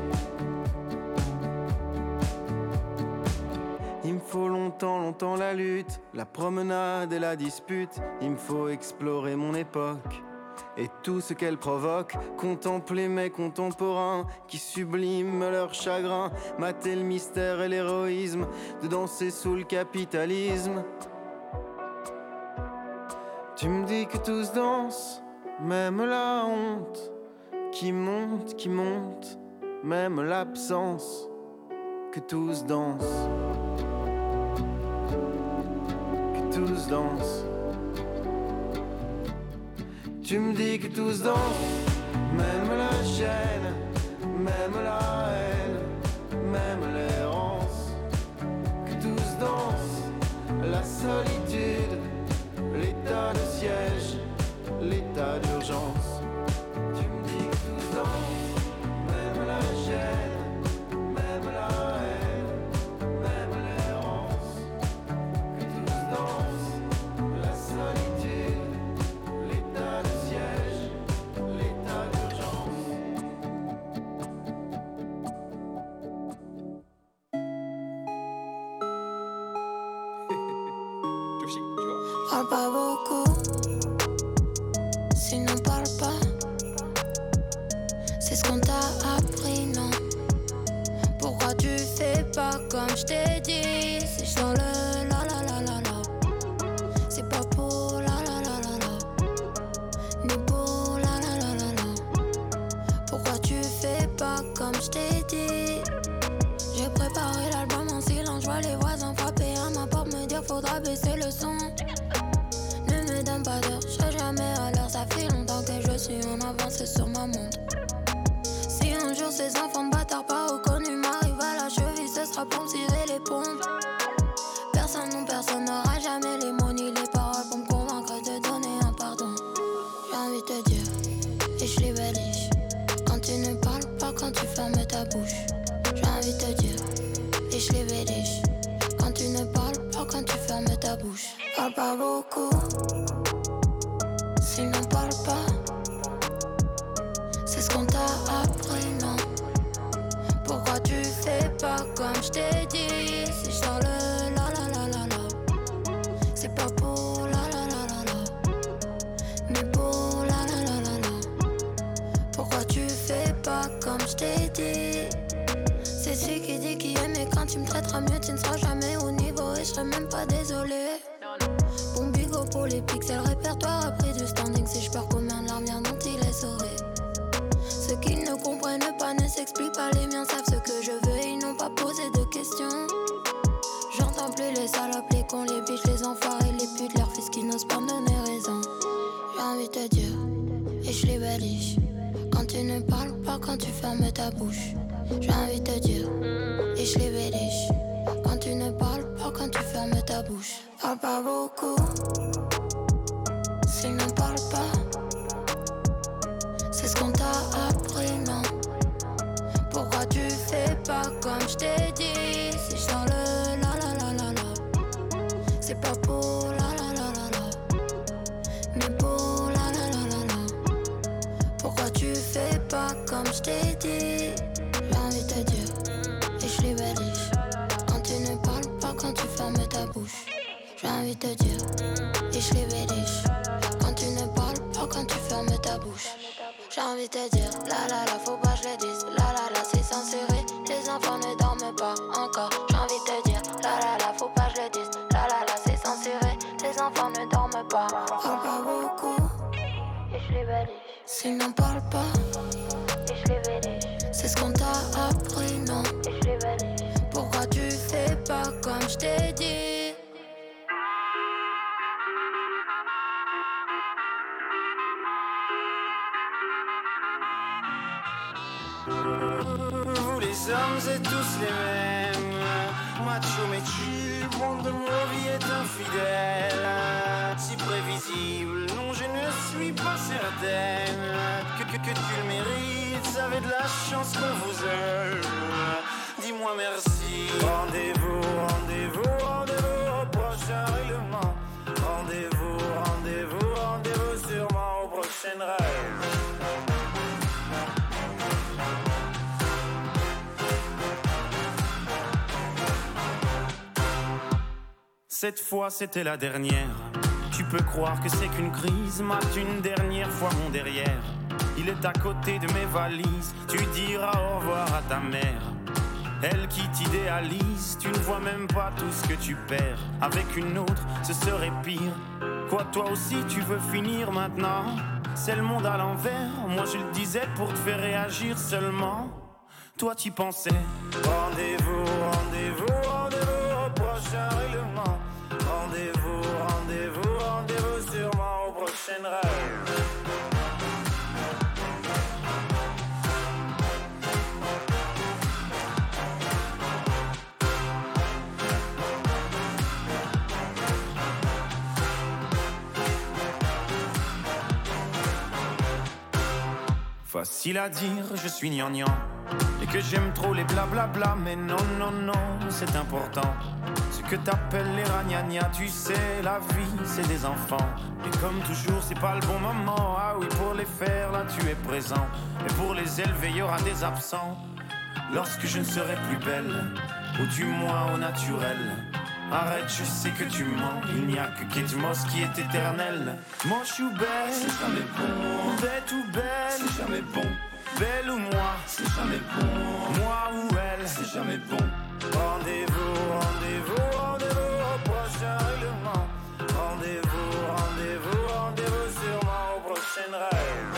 Il me faut longtemps la lutte, la promenade et la dispute. Il me faut explorer mon époque et tout ce qu'elle provoque. Contempler mes contemporains qui subliment leur chagrin. Mater le mystère et l'héroïsme de danser sous le capitalisme. Tu me dis que tous dansent, même la honte qui monte, même l'absence. Que tous dansent, que tous dansent. Tu me dis que tous dansent, même la gêne, même la haine, même l'errance. Que tous dansent, la solitude, l'état de siège, l'état d'urgence. Tu me dis que tous dansent, même la gêne, même la haine, même l'errance. Que tous dansent, la solitude, l'état de siège, l'état d'urgence.
Parle pas beaucoup, sinon parle pas. C'est ce qu'on t'a appris, non? Pourquoi tu fais pas comme je t'ai dit? C'est juste dans le la la la la la. C'est pas pour la la la la la, ni pour la la la la la. Pourquoi tu fais pas comme je t'ai dit? J'ai préparé l'album en silence, je vois les voisins frapper à ma porte, me dire faudra baisser le son. Ne me donne pas d'heure, je serai jamais à l'heure, ça fait longtemps que je suis en avance sur ma montre. Si un jour ces enfants de bâtards pas reconnus m'arrivent à la cheville, ce sera pour me tirer les pompes. Personne n'aura jamais les mots ni les paroles pour me convaincre de donner un pardon. J'ai envie de te dire, ich liebe dich. Quand tu ne parles pas, quand tu fermes ta bouche. J'ai envie de te dire, ich liebe dich. Quand tu ne parles pas, quand tu fermes ta bouche. pas beaucoup. S'ils n'en parlent pas, c'est ce qu'on t'a appris, non? Pourquoi tu fais pas comme je t'ai dit? Si je sors le la la la la la, c'est pas pour la la la la la, ni pour la la la la la. Pourquoi tu fais pas comme je t'ai dit? C'est celui qui dit qu'il aime et quand tu me traiteras mieux, tu ne seras jamais au niveau et je serai même pas désolé. Bon bigot pour les pixels, répertoire a pris du standing. Si je perds combien de larmes dont il est sauvé. Ceux qui ne comprennent pas ne s'expliquent pas, les miens savent ce que je veux et ils n'ont pas posé de questions. J'entends plus les salopes, les cons, les biches, les enfoirés, les putes, leurs fils qui n'osent pas me donner raison. J'ai envie de te dire, et je les baliche. Quand tu ne parles pas, quand tu fermes ta bouche. J'ai envie de te dire, et je les baliche. Quand tu ne parles pas, quand tu fermes ta bouche. Parle pas beaucoup, s'ils n'en parlent pas, c'est ce qu'on t'a appris, non? Pourquoi tu fais pas comme je t'ai dit? Si je sors le la la la la la, c'est pas pour la la la la la, ni pour la la la la la. Pourquoi tu fais pas comme je t'ai dit? J'ai envie de te dire, et je les baliche. Quand tu ne parles pas, quand tu fermes ta bouche. J'ai envie de te dire, et je les baliche. Quand tu ne parles pas, quand tu fermes ta bouche. J'ai envie de te dire, la la la, faut pas que je le dise. La la la, c'est censuré, les enfants ne dorment pas encore. J'ai envie de te dire, la la la, faut pas que je le dise. La la la, c'est censuré, les enfants ne dorment pas. Parle pas beaucoup, et je les baliche. S'ils n'en parlent pas, et je les baliche. C'est ce qu'on t'a appris, non? Et je les baliche. Pourquoi tu fais pas comme je t'ai dit?
Vous les hommes êtes tous les mêmes. Macho mais chill, monde de mon vie est infidèle. Si prévisible, non je ne suis pas certaine que tu le mérites. Avez de la chance qu'on vous aime. Dis-moi merci. Rendez-vous, rendez-vous, rendez-vous au prochain règlement. Rendez-vous, rendez-vous, rendez-vous sûrement au prochain rêve. Cette fois c'était la dernière. Tu peux croire que c'est qu'une crise. Mate une dernière fois mon derrière. Il est à côté de mes valises. Tu diras au revoir à ta mère. Elle qui t'idéalise. Tu ne vois même pas tout ce que tu perds. Avec une autre ce serait pire. Quoi toi aussi tu veux finir maintenant? C'est le monde à l'envers. Moi je le disais pour te faire réagir seulement. Toi t'y pensais. Rendez-vous, rendez-vous, rendez-vous au prochain règlement. Rendez-vous, rendez-vous, rendez-vous sûrement au prochain rêve. Facile à dire, je suis gnangnan. Et que j'aime trop les blablabla. Mais non, non, non, c'est important. Ce que t'appelles les ragnagnas. Tu sais, la vie, c'est des enfants. Et comme toujours, c'est pas le bon moment. Ah oui, pour les faire, là, tu es présent. Et pour les élever, il y aura des absents. Lorsque je ne serai plus belle, ou du moins au naturel. Arrête, je sais que tu mens. Il n'y a que Kate Moss qui est éternelle. Moche ou belle, c'est jamais bon. Bête ou belle, c'est jamais bon. Belle ou moi, c'est jamais bon. Moi ou elle, c'est jamais bon. Rendez-vous, rendez-vous, rendez-vous au prochain règlement. Rendez-vous, rendez-vous, rendez-vous sûrement au prochain rêve.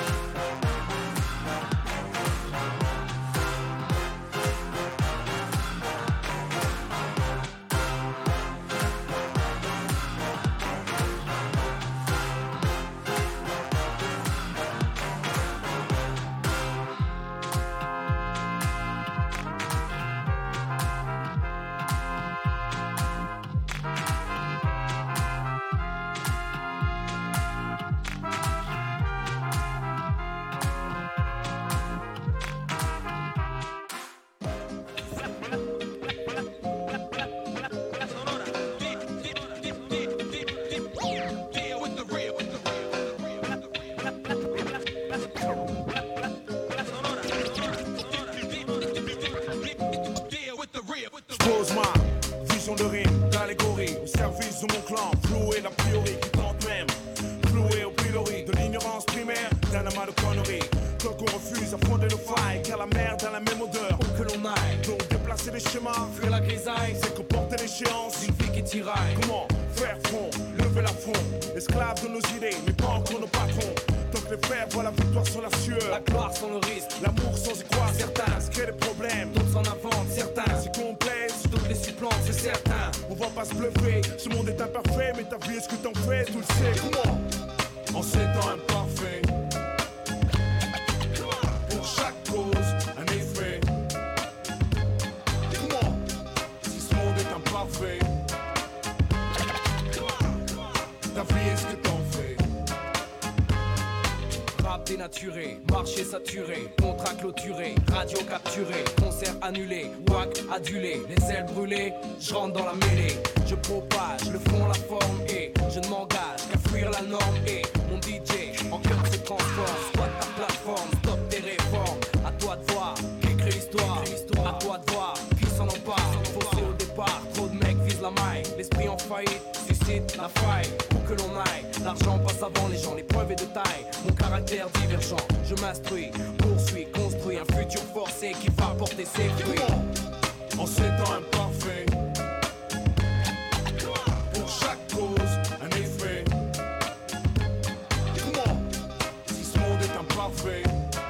J'pose ma vision de rime, d'allégorie au service de mon clan, floué l'a priori qui tente même, floué au pilori de l'ignorance primaire d'un amas de conneries. Tant qu'on refuse affronter nos failles, car la merde a la même odeur où que l'on aille. Donc déplacer les schémas, fuir la grisaille, c'est comporter l'échéance d'une vie qui tiraille. Comment faire front, lever la front, esclave de nos idées, mais pas encore nos patrons. Tant que les frères voient la victoire sans la sueur, la gloire sans le risque, l'amour sans y croire, certains se créent des problèmes, d'autres s'en inventent, certains s'y complaisent, d'autres les supplantent, c'est certain. On va pas se bluffer, ce monde est imparfait, mais ta vie est ce que t'en fais, tu le sais. Comment en ces temps imparfaits, pour chaque cause un effet. Comment si ce monde est imparfait, ta vie est ce que t'en fais. Rap dénaturé, marché saturé, contrat clôturé, radio capturé, concert annulé, wack adulé, les ailes brûlées, je rentre dans la mêlée. Je propage le fond, la forme et je ne m'engage qu'à fuir la norme et mon DJ en cœur se transforme. Squat ta plateforme, stop tes réformes. À toi de voir qui crée l'histoire, à toi de voir qui s'en empare. Faussé au départ, trop de mecs visent la maille. L'esprit en faillite suscite la faille. Où que l'on aille, l'argent passe avant les gens, l'épreuve est de taille. Mon caractère divergent, je m'instruis, poursuis, construis un futur forcé qui va porter ses fruits. En ces temps imparfaits, pour chaque cause un effet. Comment si ce monde est imparfait,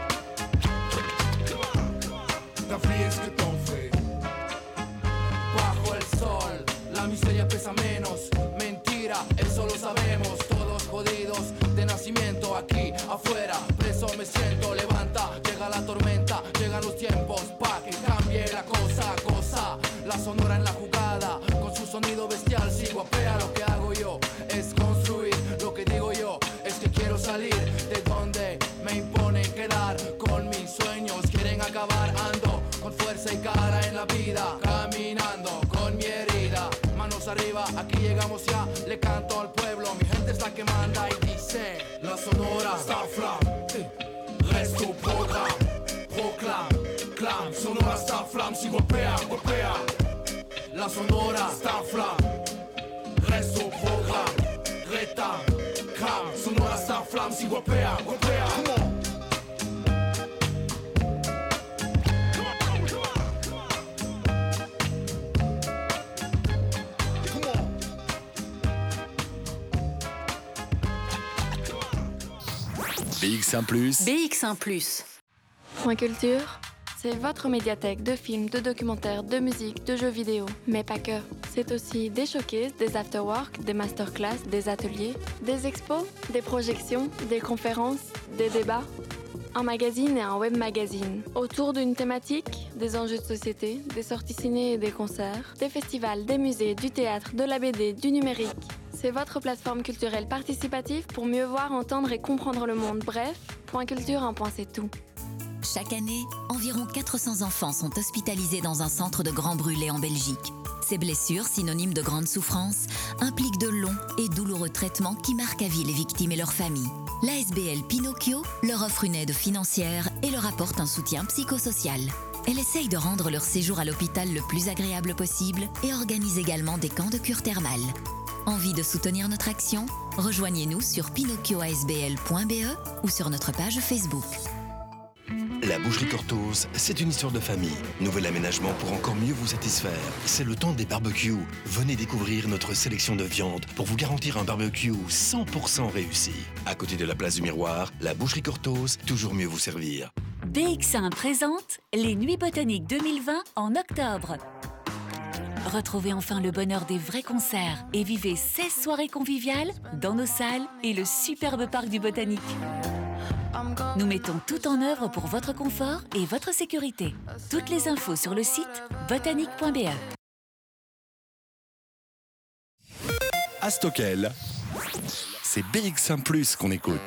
ta vie est ce que t'en fais. Bajo el sol, la miseria pesa menos. Mentira, eso lo sabemos. Todos jodidos de nacimiento aquí afuera. Preso me siento, levanta, llega la tormenta, llegan los tiempos pa' que cambie la cosa, goza. La sonora en la jugada, con su sonido bestial si guapea. Lo que hago yo es construir, lo que digo yo es que quiero salir de donde me imponen quedar con mis sueños. Quieren acabar, ando con fuerza y cara en la vida, caminando con mi herida. Manos arriba, aquí llegamos ya, le canto al pueblo, mi gente es la que manda y dice: la sonora está flamme, reste au programme, proclame, clame, sonora está flamme, si golpea, golpea. La sonora está flamme, reste au programme, rétame, clame, sonora está flamme, si golpea, golpea.
BX1+.
BX1+. Point Culture, c'est votre médiathèque de films, de documentaires, de musique, de jeux vidéo, mais pas que. C'est aussi des showcases, des afterworks, des masterclass, des ateliers, des expos, des projections, des conférences, des débats. Un magazine et un web magazine. Autour d'une thématique, des enjeux de société, des sorties ciné et des concerts, des festivals, des musées, du théâtre, de la BD, du numérique. C'est votre plateforme culturelle participative pour mieux voir, entendre et comprendre le monde. Bref, Point Culture, un point c'est tout.
Chaque année, environ 400 enfants sont hospitalisés dans un centre de grands brûlés en Belgique. Ces blessures, synonymes de grande souffrance, impliquent de longs et douloureux traitements qui marquent à vie les victimes et leurs familles. L'ASBL Pinocchio leur offre une aide financière et leur apporte un soutien psychosocial. Elle essaye de rendre leur séjour à l'hôpital le plus agréable possible et organise également des camps de cure thermale. Envie de soutenir notre action? Rejoignez-nous sur pinocchioasbl.be ou sur notre page Facebook.
La boucherie Cortose, c'est une histoire de famille. Nouvel aménagement pour encore mieux vous satisfaire. C'est le temps des barbecues. Venez découvrir notre sélection de viande pour vous garantir un barbecue 100% réussi. À côté de la place du Miroir, la boucherie Cortose, toujours mieux vous servir.
BX1 présente les Nuits Botaniques 2020 en octobre. Retrouvez enfin le bonheur des vrais concerts et vivez 16 soirées conviviales dans nos salles et le superbe parc du Botanique. Nous mettons tout en œuvre pour votre confort et votre sécurité. Toutes les infos sur le site botanique.be.
À Stockel, c'est BX1+ qu'on écoute.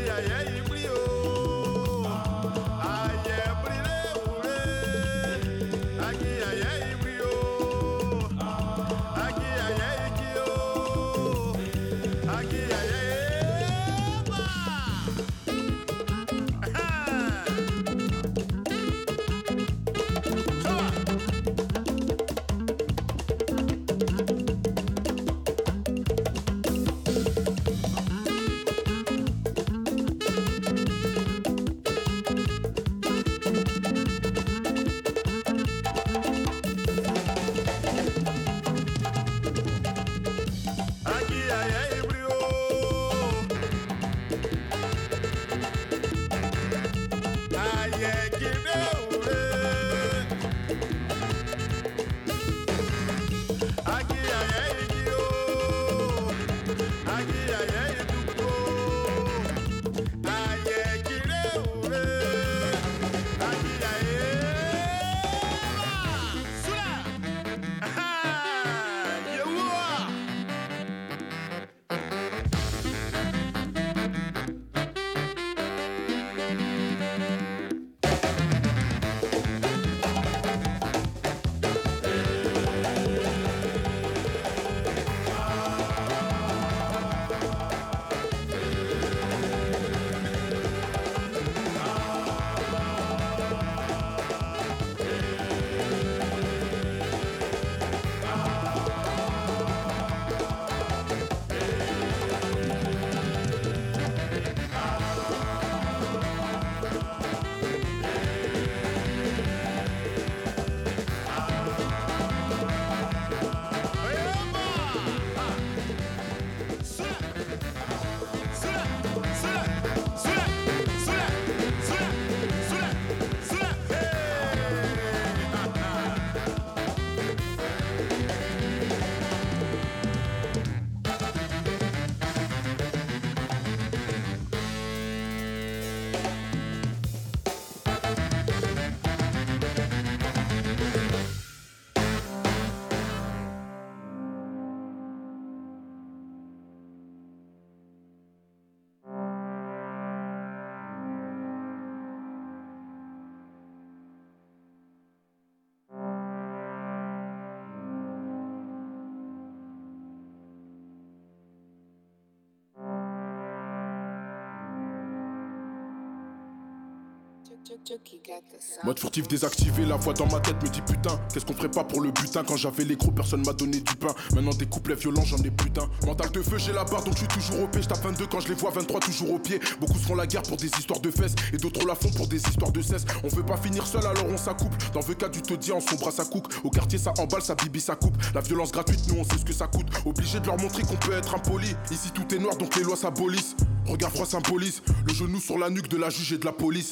Mode furtif désactivé, la voix dans ma tête me dit putain, qu'est-ce qu'on ferait pas pour le butin? Quand j'avais les crocs, personne m'a donné du pain. Maintenant des couplets violents, j'en ai plus d'un. Mental de feu, j'ai la barre donc je suis toujours OP. J'tape 22 quand je les vois, 23 toujours au pied. Beaucoup se font la guerre pour des histoires de fesses et d'autres la font pour des histoires de cesse. On veut pas finir seul alors on s'accouple. Dans le cas du te dis en son bras ça coupe. Au quartier ça emballe, ça bibi ça coupe. La violence gratuite, nous on sait ce que ça coûte. Obligé de leur montrer qu'on peut être impoli. Ici tout est noir donc les lois s'abolissent. Regard froid symbolise le genou sur la nuque de la juge et de la police.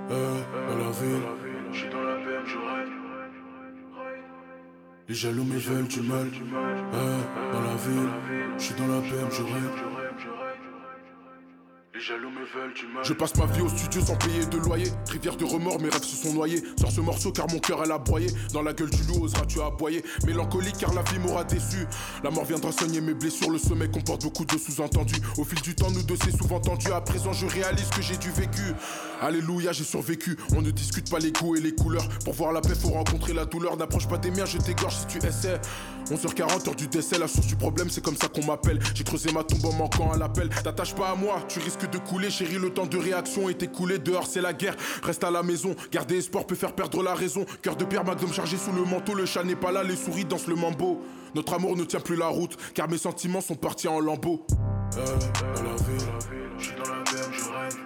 Dans la ville, j'suis dans la PM, je règne. Les jaloux me veulent du mal. Dans la ville, j'suis dans la PM, je règne. Les jaloux me veulent du mal. Je passe ma vie au studio sans payer de loyer. Rivière de remords, mes rêves se sont noyés. Sors ce morceau car mon cœur elle a broyé. Dans la gueule du loup, oseras-tu aboyer? Mélancolique car la vie m'aura déçu. La mort viendra soigner mes blessures. Le sommeil comporte beaucoup de sous-entendus. Au fil du temps, nous deux c'est souvent tendu. À présent, je réalise que j'ai du vécu. Alléluia, j'ai survécu. On ne discute pas les goûts et les couleurs. Pour voir la paix, faut rencontrer la douleur. N'approche pas des miens, je t'égorge si tu essaies. 11h40, heure du décès. La source du problème, c'est comme ça qu'on m'appelle. J'ai creusé ma tombe en manquant à l'appel. T'attaches pas à moi, tu risques de couler, chérie. Le temps de réaction est écoulé. Dehors, c'est la guerre. Reste à la maison. Garder espoir peut faire perdre la raison. Cœur de pierre, Magnum chargé sous le manteau. Le chat n'est pas là, les souris dansent le mambo. Notre amour ne tient plus la route, car mes sentiments sont partis en lambeaux. Dans la ville, j'suis dans la BM, je règne.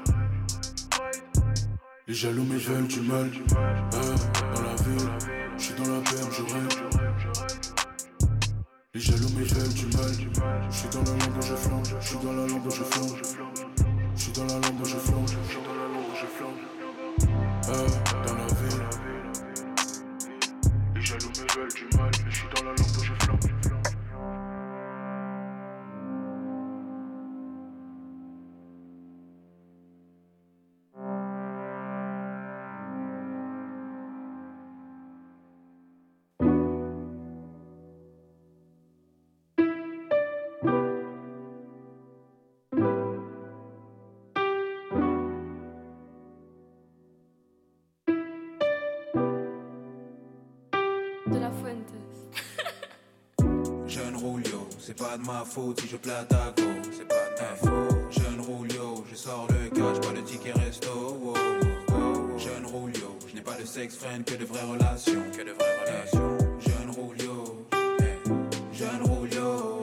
Les jaloux me veulent du mal. Dans la ville, j'suis dans la BM, je règne. Les jaloux me veulent du mal. J'suis dans la lambe, je flanque. J'suis dans la lambe, je flanque. J'suis dans la lambe, je flanque. J'suis dans la lambe, je flanque. Dans la ville. Les jaloux me veulent du mal. J'suis dans la lambe, je flanque.
c'est pas de ma faute si je plate à go. C'est pas de ma faute. Jeune roulio, je sors le cash, pas de ticket resto. Oh, oh, oh. Jeune roulio, je n'ai pas de sex friend que de vraies relations. Que de vraies relations. Jeune roulio, jeune roulio.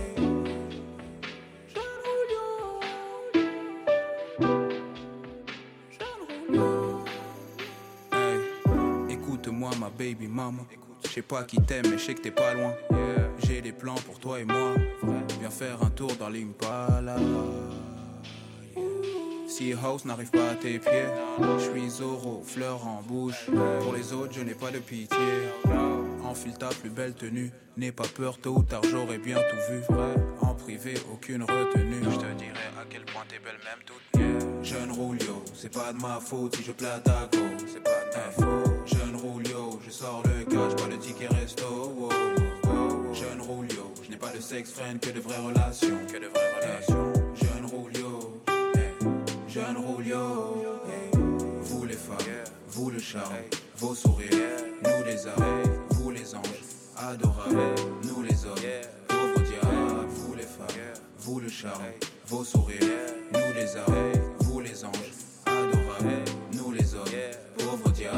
Écoute-moi ma baby mama. Je sais pas qui t'aime mais je sais que t'es pas loin. J'ai des plans pour toi et moi. Viens faire un tour dans l'Impala. Si House n'arrive pas à tes pieds, je suis Zorro, fleur en bouche. Pour les autres je n'ai pas de pitié. Enfile ta plus belle tenue. N'aie pas peur, tôt ou tard j'aurais bien tout vu. En privé aucune retenue. Je te dirai à quel point t'es belle même toute nue. Jeune roulio, c'est pas de ma faute si je plate à go. C'est pas de ma faute. Jeune roulio, je sors le cash, pas de ticket resto. Oh, oh, oh. Jeune roulio, je n'ai pas de sex friend que de vraies relations. Que de vraies relations. Jeune roulio, jeune roulio. Vous les femmes, vous le charme, vos sourires, nous les arrêts, vous les anges, adorables, nous les hommes, pauvres diables. Vous les femmes, vous le charme, vos sourires, nous les arrêts, vous les anges, adorables, nous les hommes, pauvres diables.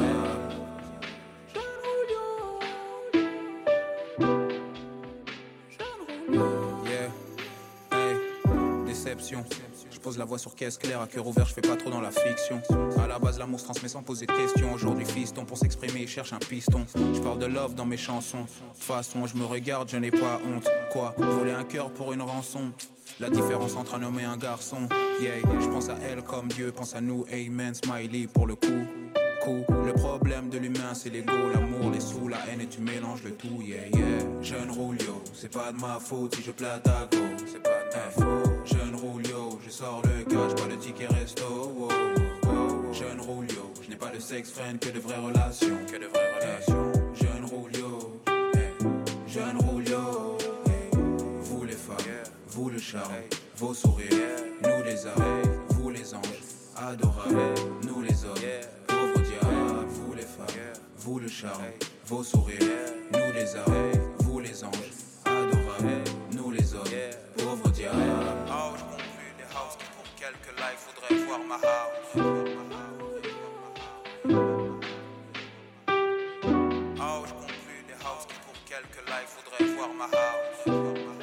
Yeah, hey, déception. Je pose la voix sur caisse claire, à cœur ouvert, je fais pas trop dans la fiction. À la base, l'amour se transmet sans poser de questions. Aujourd'hui, fiston, pour s'exprimer, il cherche un piston. Je parle de love dans mes chansons. De toute façon, je me regarde, je n'ai pas honte. Quoi, voler un cœur pour une rançon? La différence entre un homme et un garçon. Yeah, je pense à elle comme Dieu pense à nous. Amen, smiley pour le coup. Le problème de l'humain c'est l'ego, l'amour, les sous, la haine et tu mélanges le tout, yeah yeah. Jeune roulio, c'est pas de ma faute si je plate à go. C'est pas de ma faute. Jeune roulio, je sors le cash, pas de ticket resto. Oh, oh, oh. Jeune roulio, je n'ai pas de sex friend que de vraies relations. Que de vraies relations. Jeune roulio, jeune roulio. Vous les femmes, vous le charme, vos sourires, nous les arrêts, vous les anges, adorables, nous les hommes. Vous les femmes, vous le charme, vos sourires, nous les arrêts, vous les anges, adorables, nous les hommes, pauvres diables. Oh, je conclue les house qui pour quelques likes voudraient voir ma house. Oh, je conclue les house qui pour quelques likes voudraient voir ma house.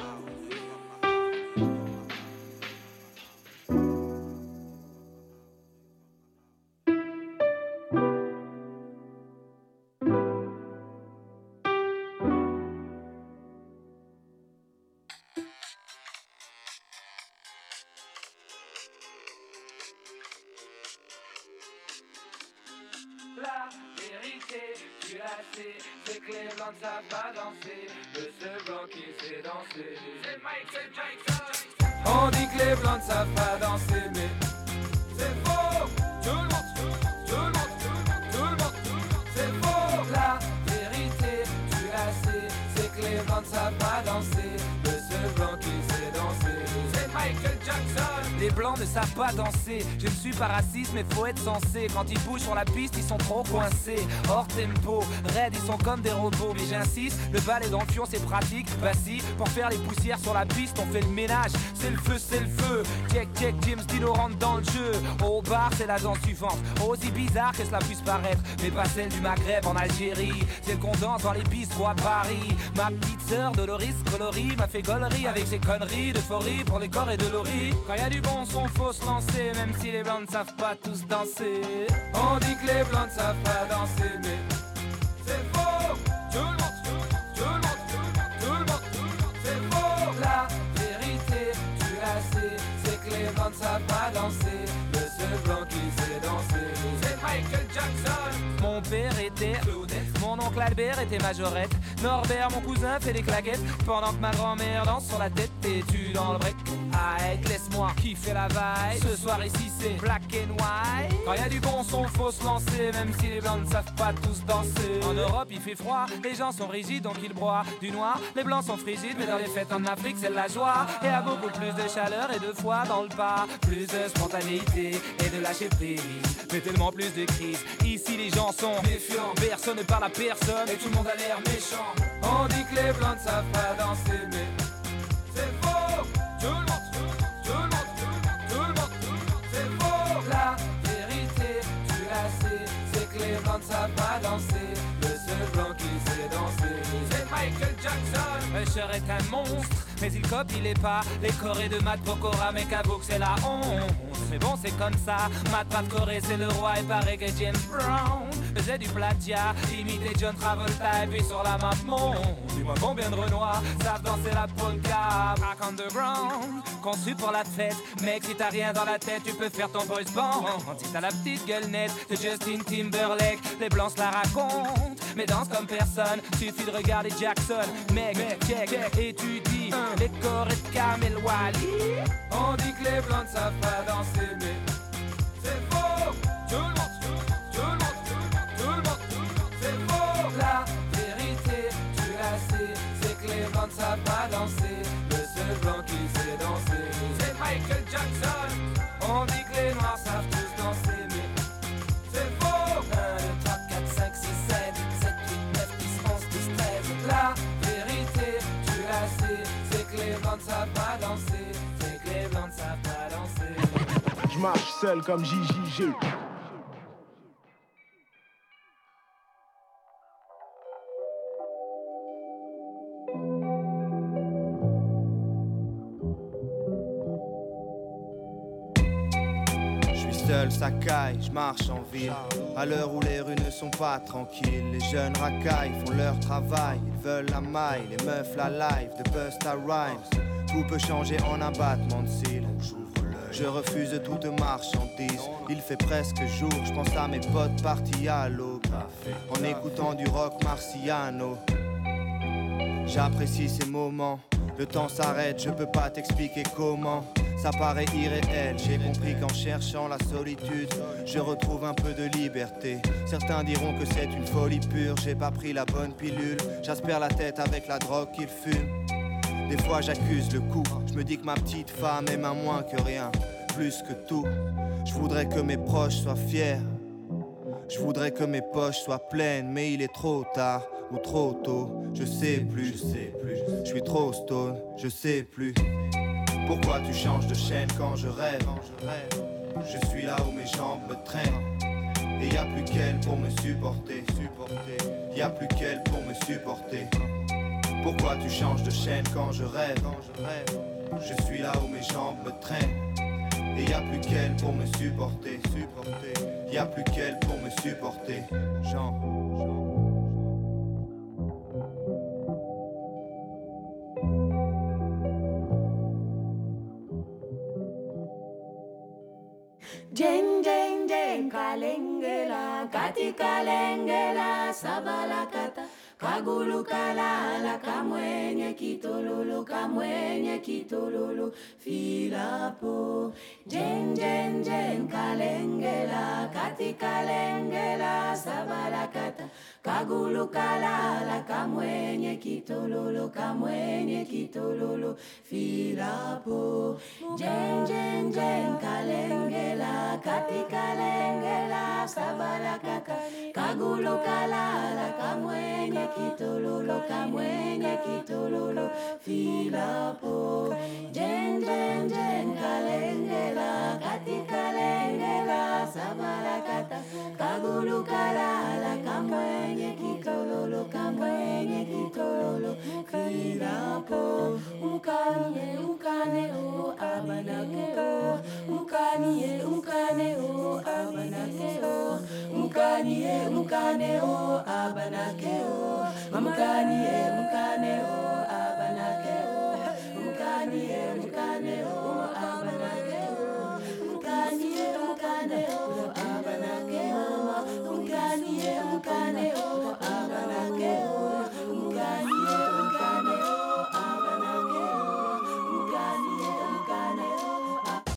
La vérité, tu la sais, c'est que les blancs ne savent pas danser. Le seul blanc qui sait danser, c'est Michael Jackson. On dit que les blancs ne savent pas danser, mais c'est faux. Tout le monde, tout le monde, tout le monde, c'est faux. La vérité, tu la sais, c'est que les blancs ne savent pas danser. Le seul blanc qui sait danser, c'est Michael Jackson. Les blancs ne savent pas danser. Je ne suis pas raciste mais faut être sensé. Quand ils bougent sur la piste ils sont trop coincés. Hors tempo, raide ils sont comme des robots. Mais j'insiste, le balai dans le fion c'est pratique. Bah si, pour faire les poussières sur la piste on fait le ménage. C'est le feu, c'est le feu. Check, check, James Dino rentre dans le jeu. Au bar c'est la danse suivante. Aussi bizarre que cela puisse paraître, mais pas celle du Maghreb en Algérie. Celle qu'on danse dans les bistrots à Paris. Ma petite sœur Doloris Coloris m'a fait gaulerie avec ses conneries d'euphorie pour les corps et de l'ori. Quand y a du bon son faut se lancer, même si les blancs ne savent pas tous danser. On dit que les blancs ne savent pas danser, mais c'est faux. Tout le monde, tout le monde, tout le monde, c'est faux. La vérité, tu la sais, c'est que les blancs ne savent pas danser. Le seul blanc qui sait danser, c'est Michael Jackson. Mon père était Claudette, mon oncle Albert était Majorette. Norbert, mon cousin, fait des claquettes pendant que ma grand-mère danse sur la tête. T'es-tu dans le break? Aïe, laisse-moi kiffer la vibe. Ce soir ici c'est black and white. Quand y a du bon son faut se lancer, même si les blancs ne savent pas tous danser. En Europe il fait froid, les gens sont rigides donc ils broient du noir. Les blancs sont frigides mais dans les fêtes en Afrique c'est la joie. Et a beaucoup plus de chaleur et de foi dans le pas. Plus de spontanéité et de lâcher prise, mais tellement plus de crise. Ici les gens sont méfiants, personne ne parle à personne et tout le monde a l'air méchant. On dit que les blancs ne savent pas danser mais
tricheur est un monstre, mais il copie les pas, les chorés de Matt Pokora, mais qu'avoue que c'est la honte. Mais bon, c'est comme ça, Matt Corée c'est le roi, et paraît que James Brown faisait du plagiat, imité John Travolta, et puis sur la map monde. Dis-moi combien de Renois savent danser la polka, Rock Underground, conçu pour la fête. Mec, si t'as rien dans la tête, tu peux faire ton boys band. Si t'as la petite gueule nette de Justin Timberlake, les blancs se la racontent, mais danse comme personne, suffit de regarder Jackson. Mec, check, étudie les corps et de Kamel Wally. On dit que les blancs ne savent pas danser, mais c'est faux. Tout le monde, c'est faux. La vérité, tu la sais, c'est que les blancs ne savent pas danser. Le seul blanc qui sait danser, c'est Michael Jackson. On dit que les noirs savent tous danser, mais c'est faux. 1, 2, 3, 4, 5, 6, 7, 7, 8, 9, 10, 11, 12, 13. La vérité, tu la sais, c'est que les blancs ne savent pas danser. C'est que les blancs ne savent pas danser.
Je marche seul comme JJG.
Seul ça caille, je marche en ville. À l'heure où les rues ne sont pas tranquilles, les jeunes racailles font leur travail. Ils veulent la maille, les meufs la live, de Busta Rhymes. Tout peut changer en un battement de cils. Je refuse toute marchandise. Il fait presque jour, je pense à mes potes partis à l'aube, en écoutant du rock marciano. J'apprécie ces moments. Le temps s'arrête, je peux pas t'expliquer comment. Ça paraît irréel, j'ai compris qu'en cherchant la solitude, je retrouve un peu de liberté. Certains diront que c'est une folie pure, j'ai pas pris la bonne pilule. J'aspire la tête avec la drogue qu'ils fument. Des fois j'accuse le coup, je me dis que ma petite femme aime à moins que rien, plus que tout. Je voudrais que mes proches soient fiers, je voudrais que mes poches soient pleines, mais il est trop tard ou trop tôt, je sais plus. Je suis trop stone, je sais plus. Pourquoi tu changes de chaîne quand je rêve? Je suis là où mes jambes me traînent, et y a plus qu'elle pour me supporter. Y a plus qu'elle pour me supporter. Pourquoi tu changes de chaîne quand je rêve? Je suis là où mes jambes me traînent, et y a plus qu'elle pour me supporter. Y a plus qu'elle pour me supporter. Jean.
Jeng jeng jeng kalengela kati kalengela sabalakata kagulu kalala kamwenye kitololo filapo jeng jeng jeng kalengela kati kalengela sabalakata kagulu kalala kamwenye kitololo filapo jeng jeng jeng kalengela kati kalengela sabalakata kagulu kalala kamwenye kitololo filapo jeng jeng jeng kalengela kati kalengela sabalakata kagulu kalala kamwenye kitololo filapo ukane o abanake o ukane o abanake o ukane o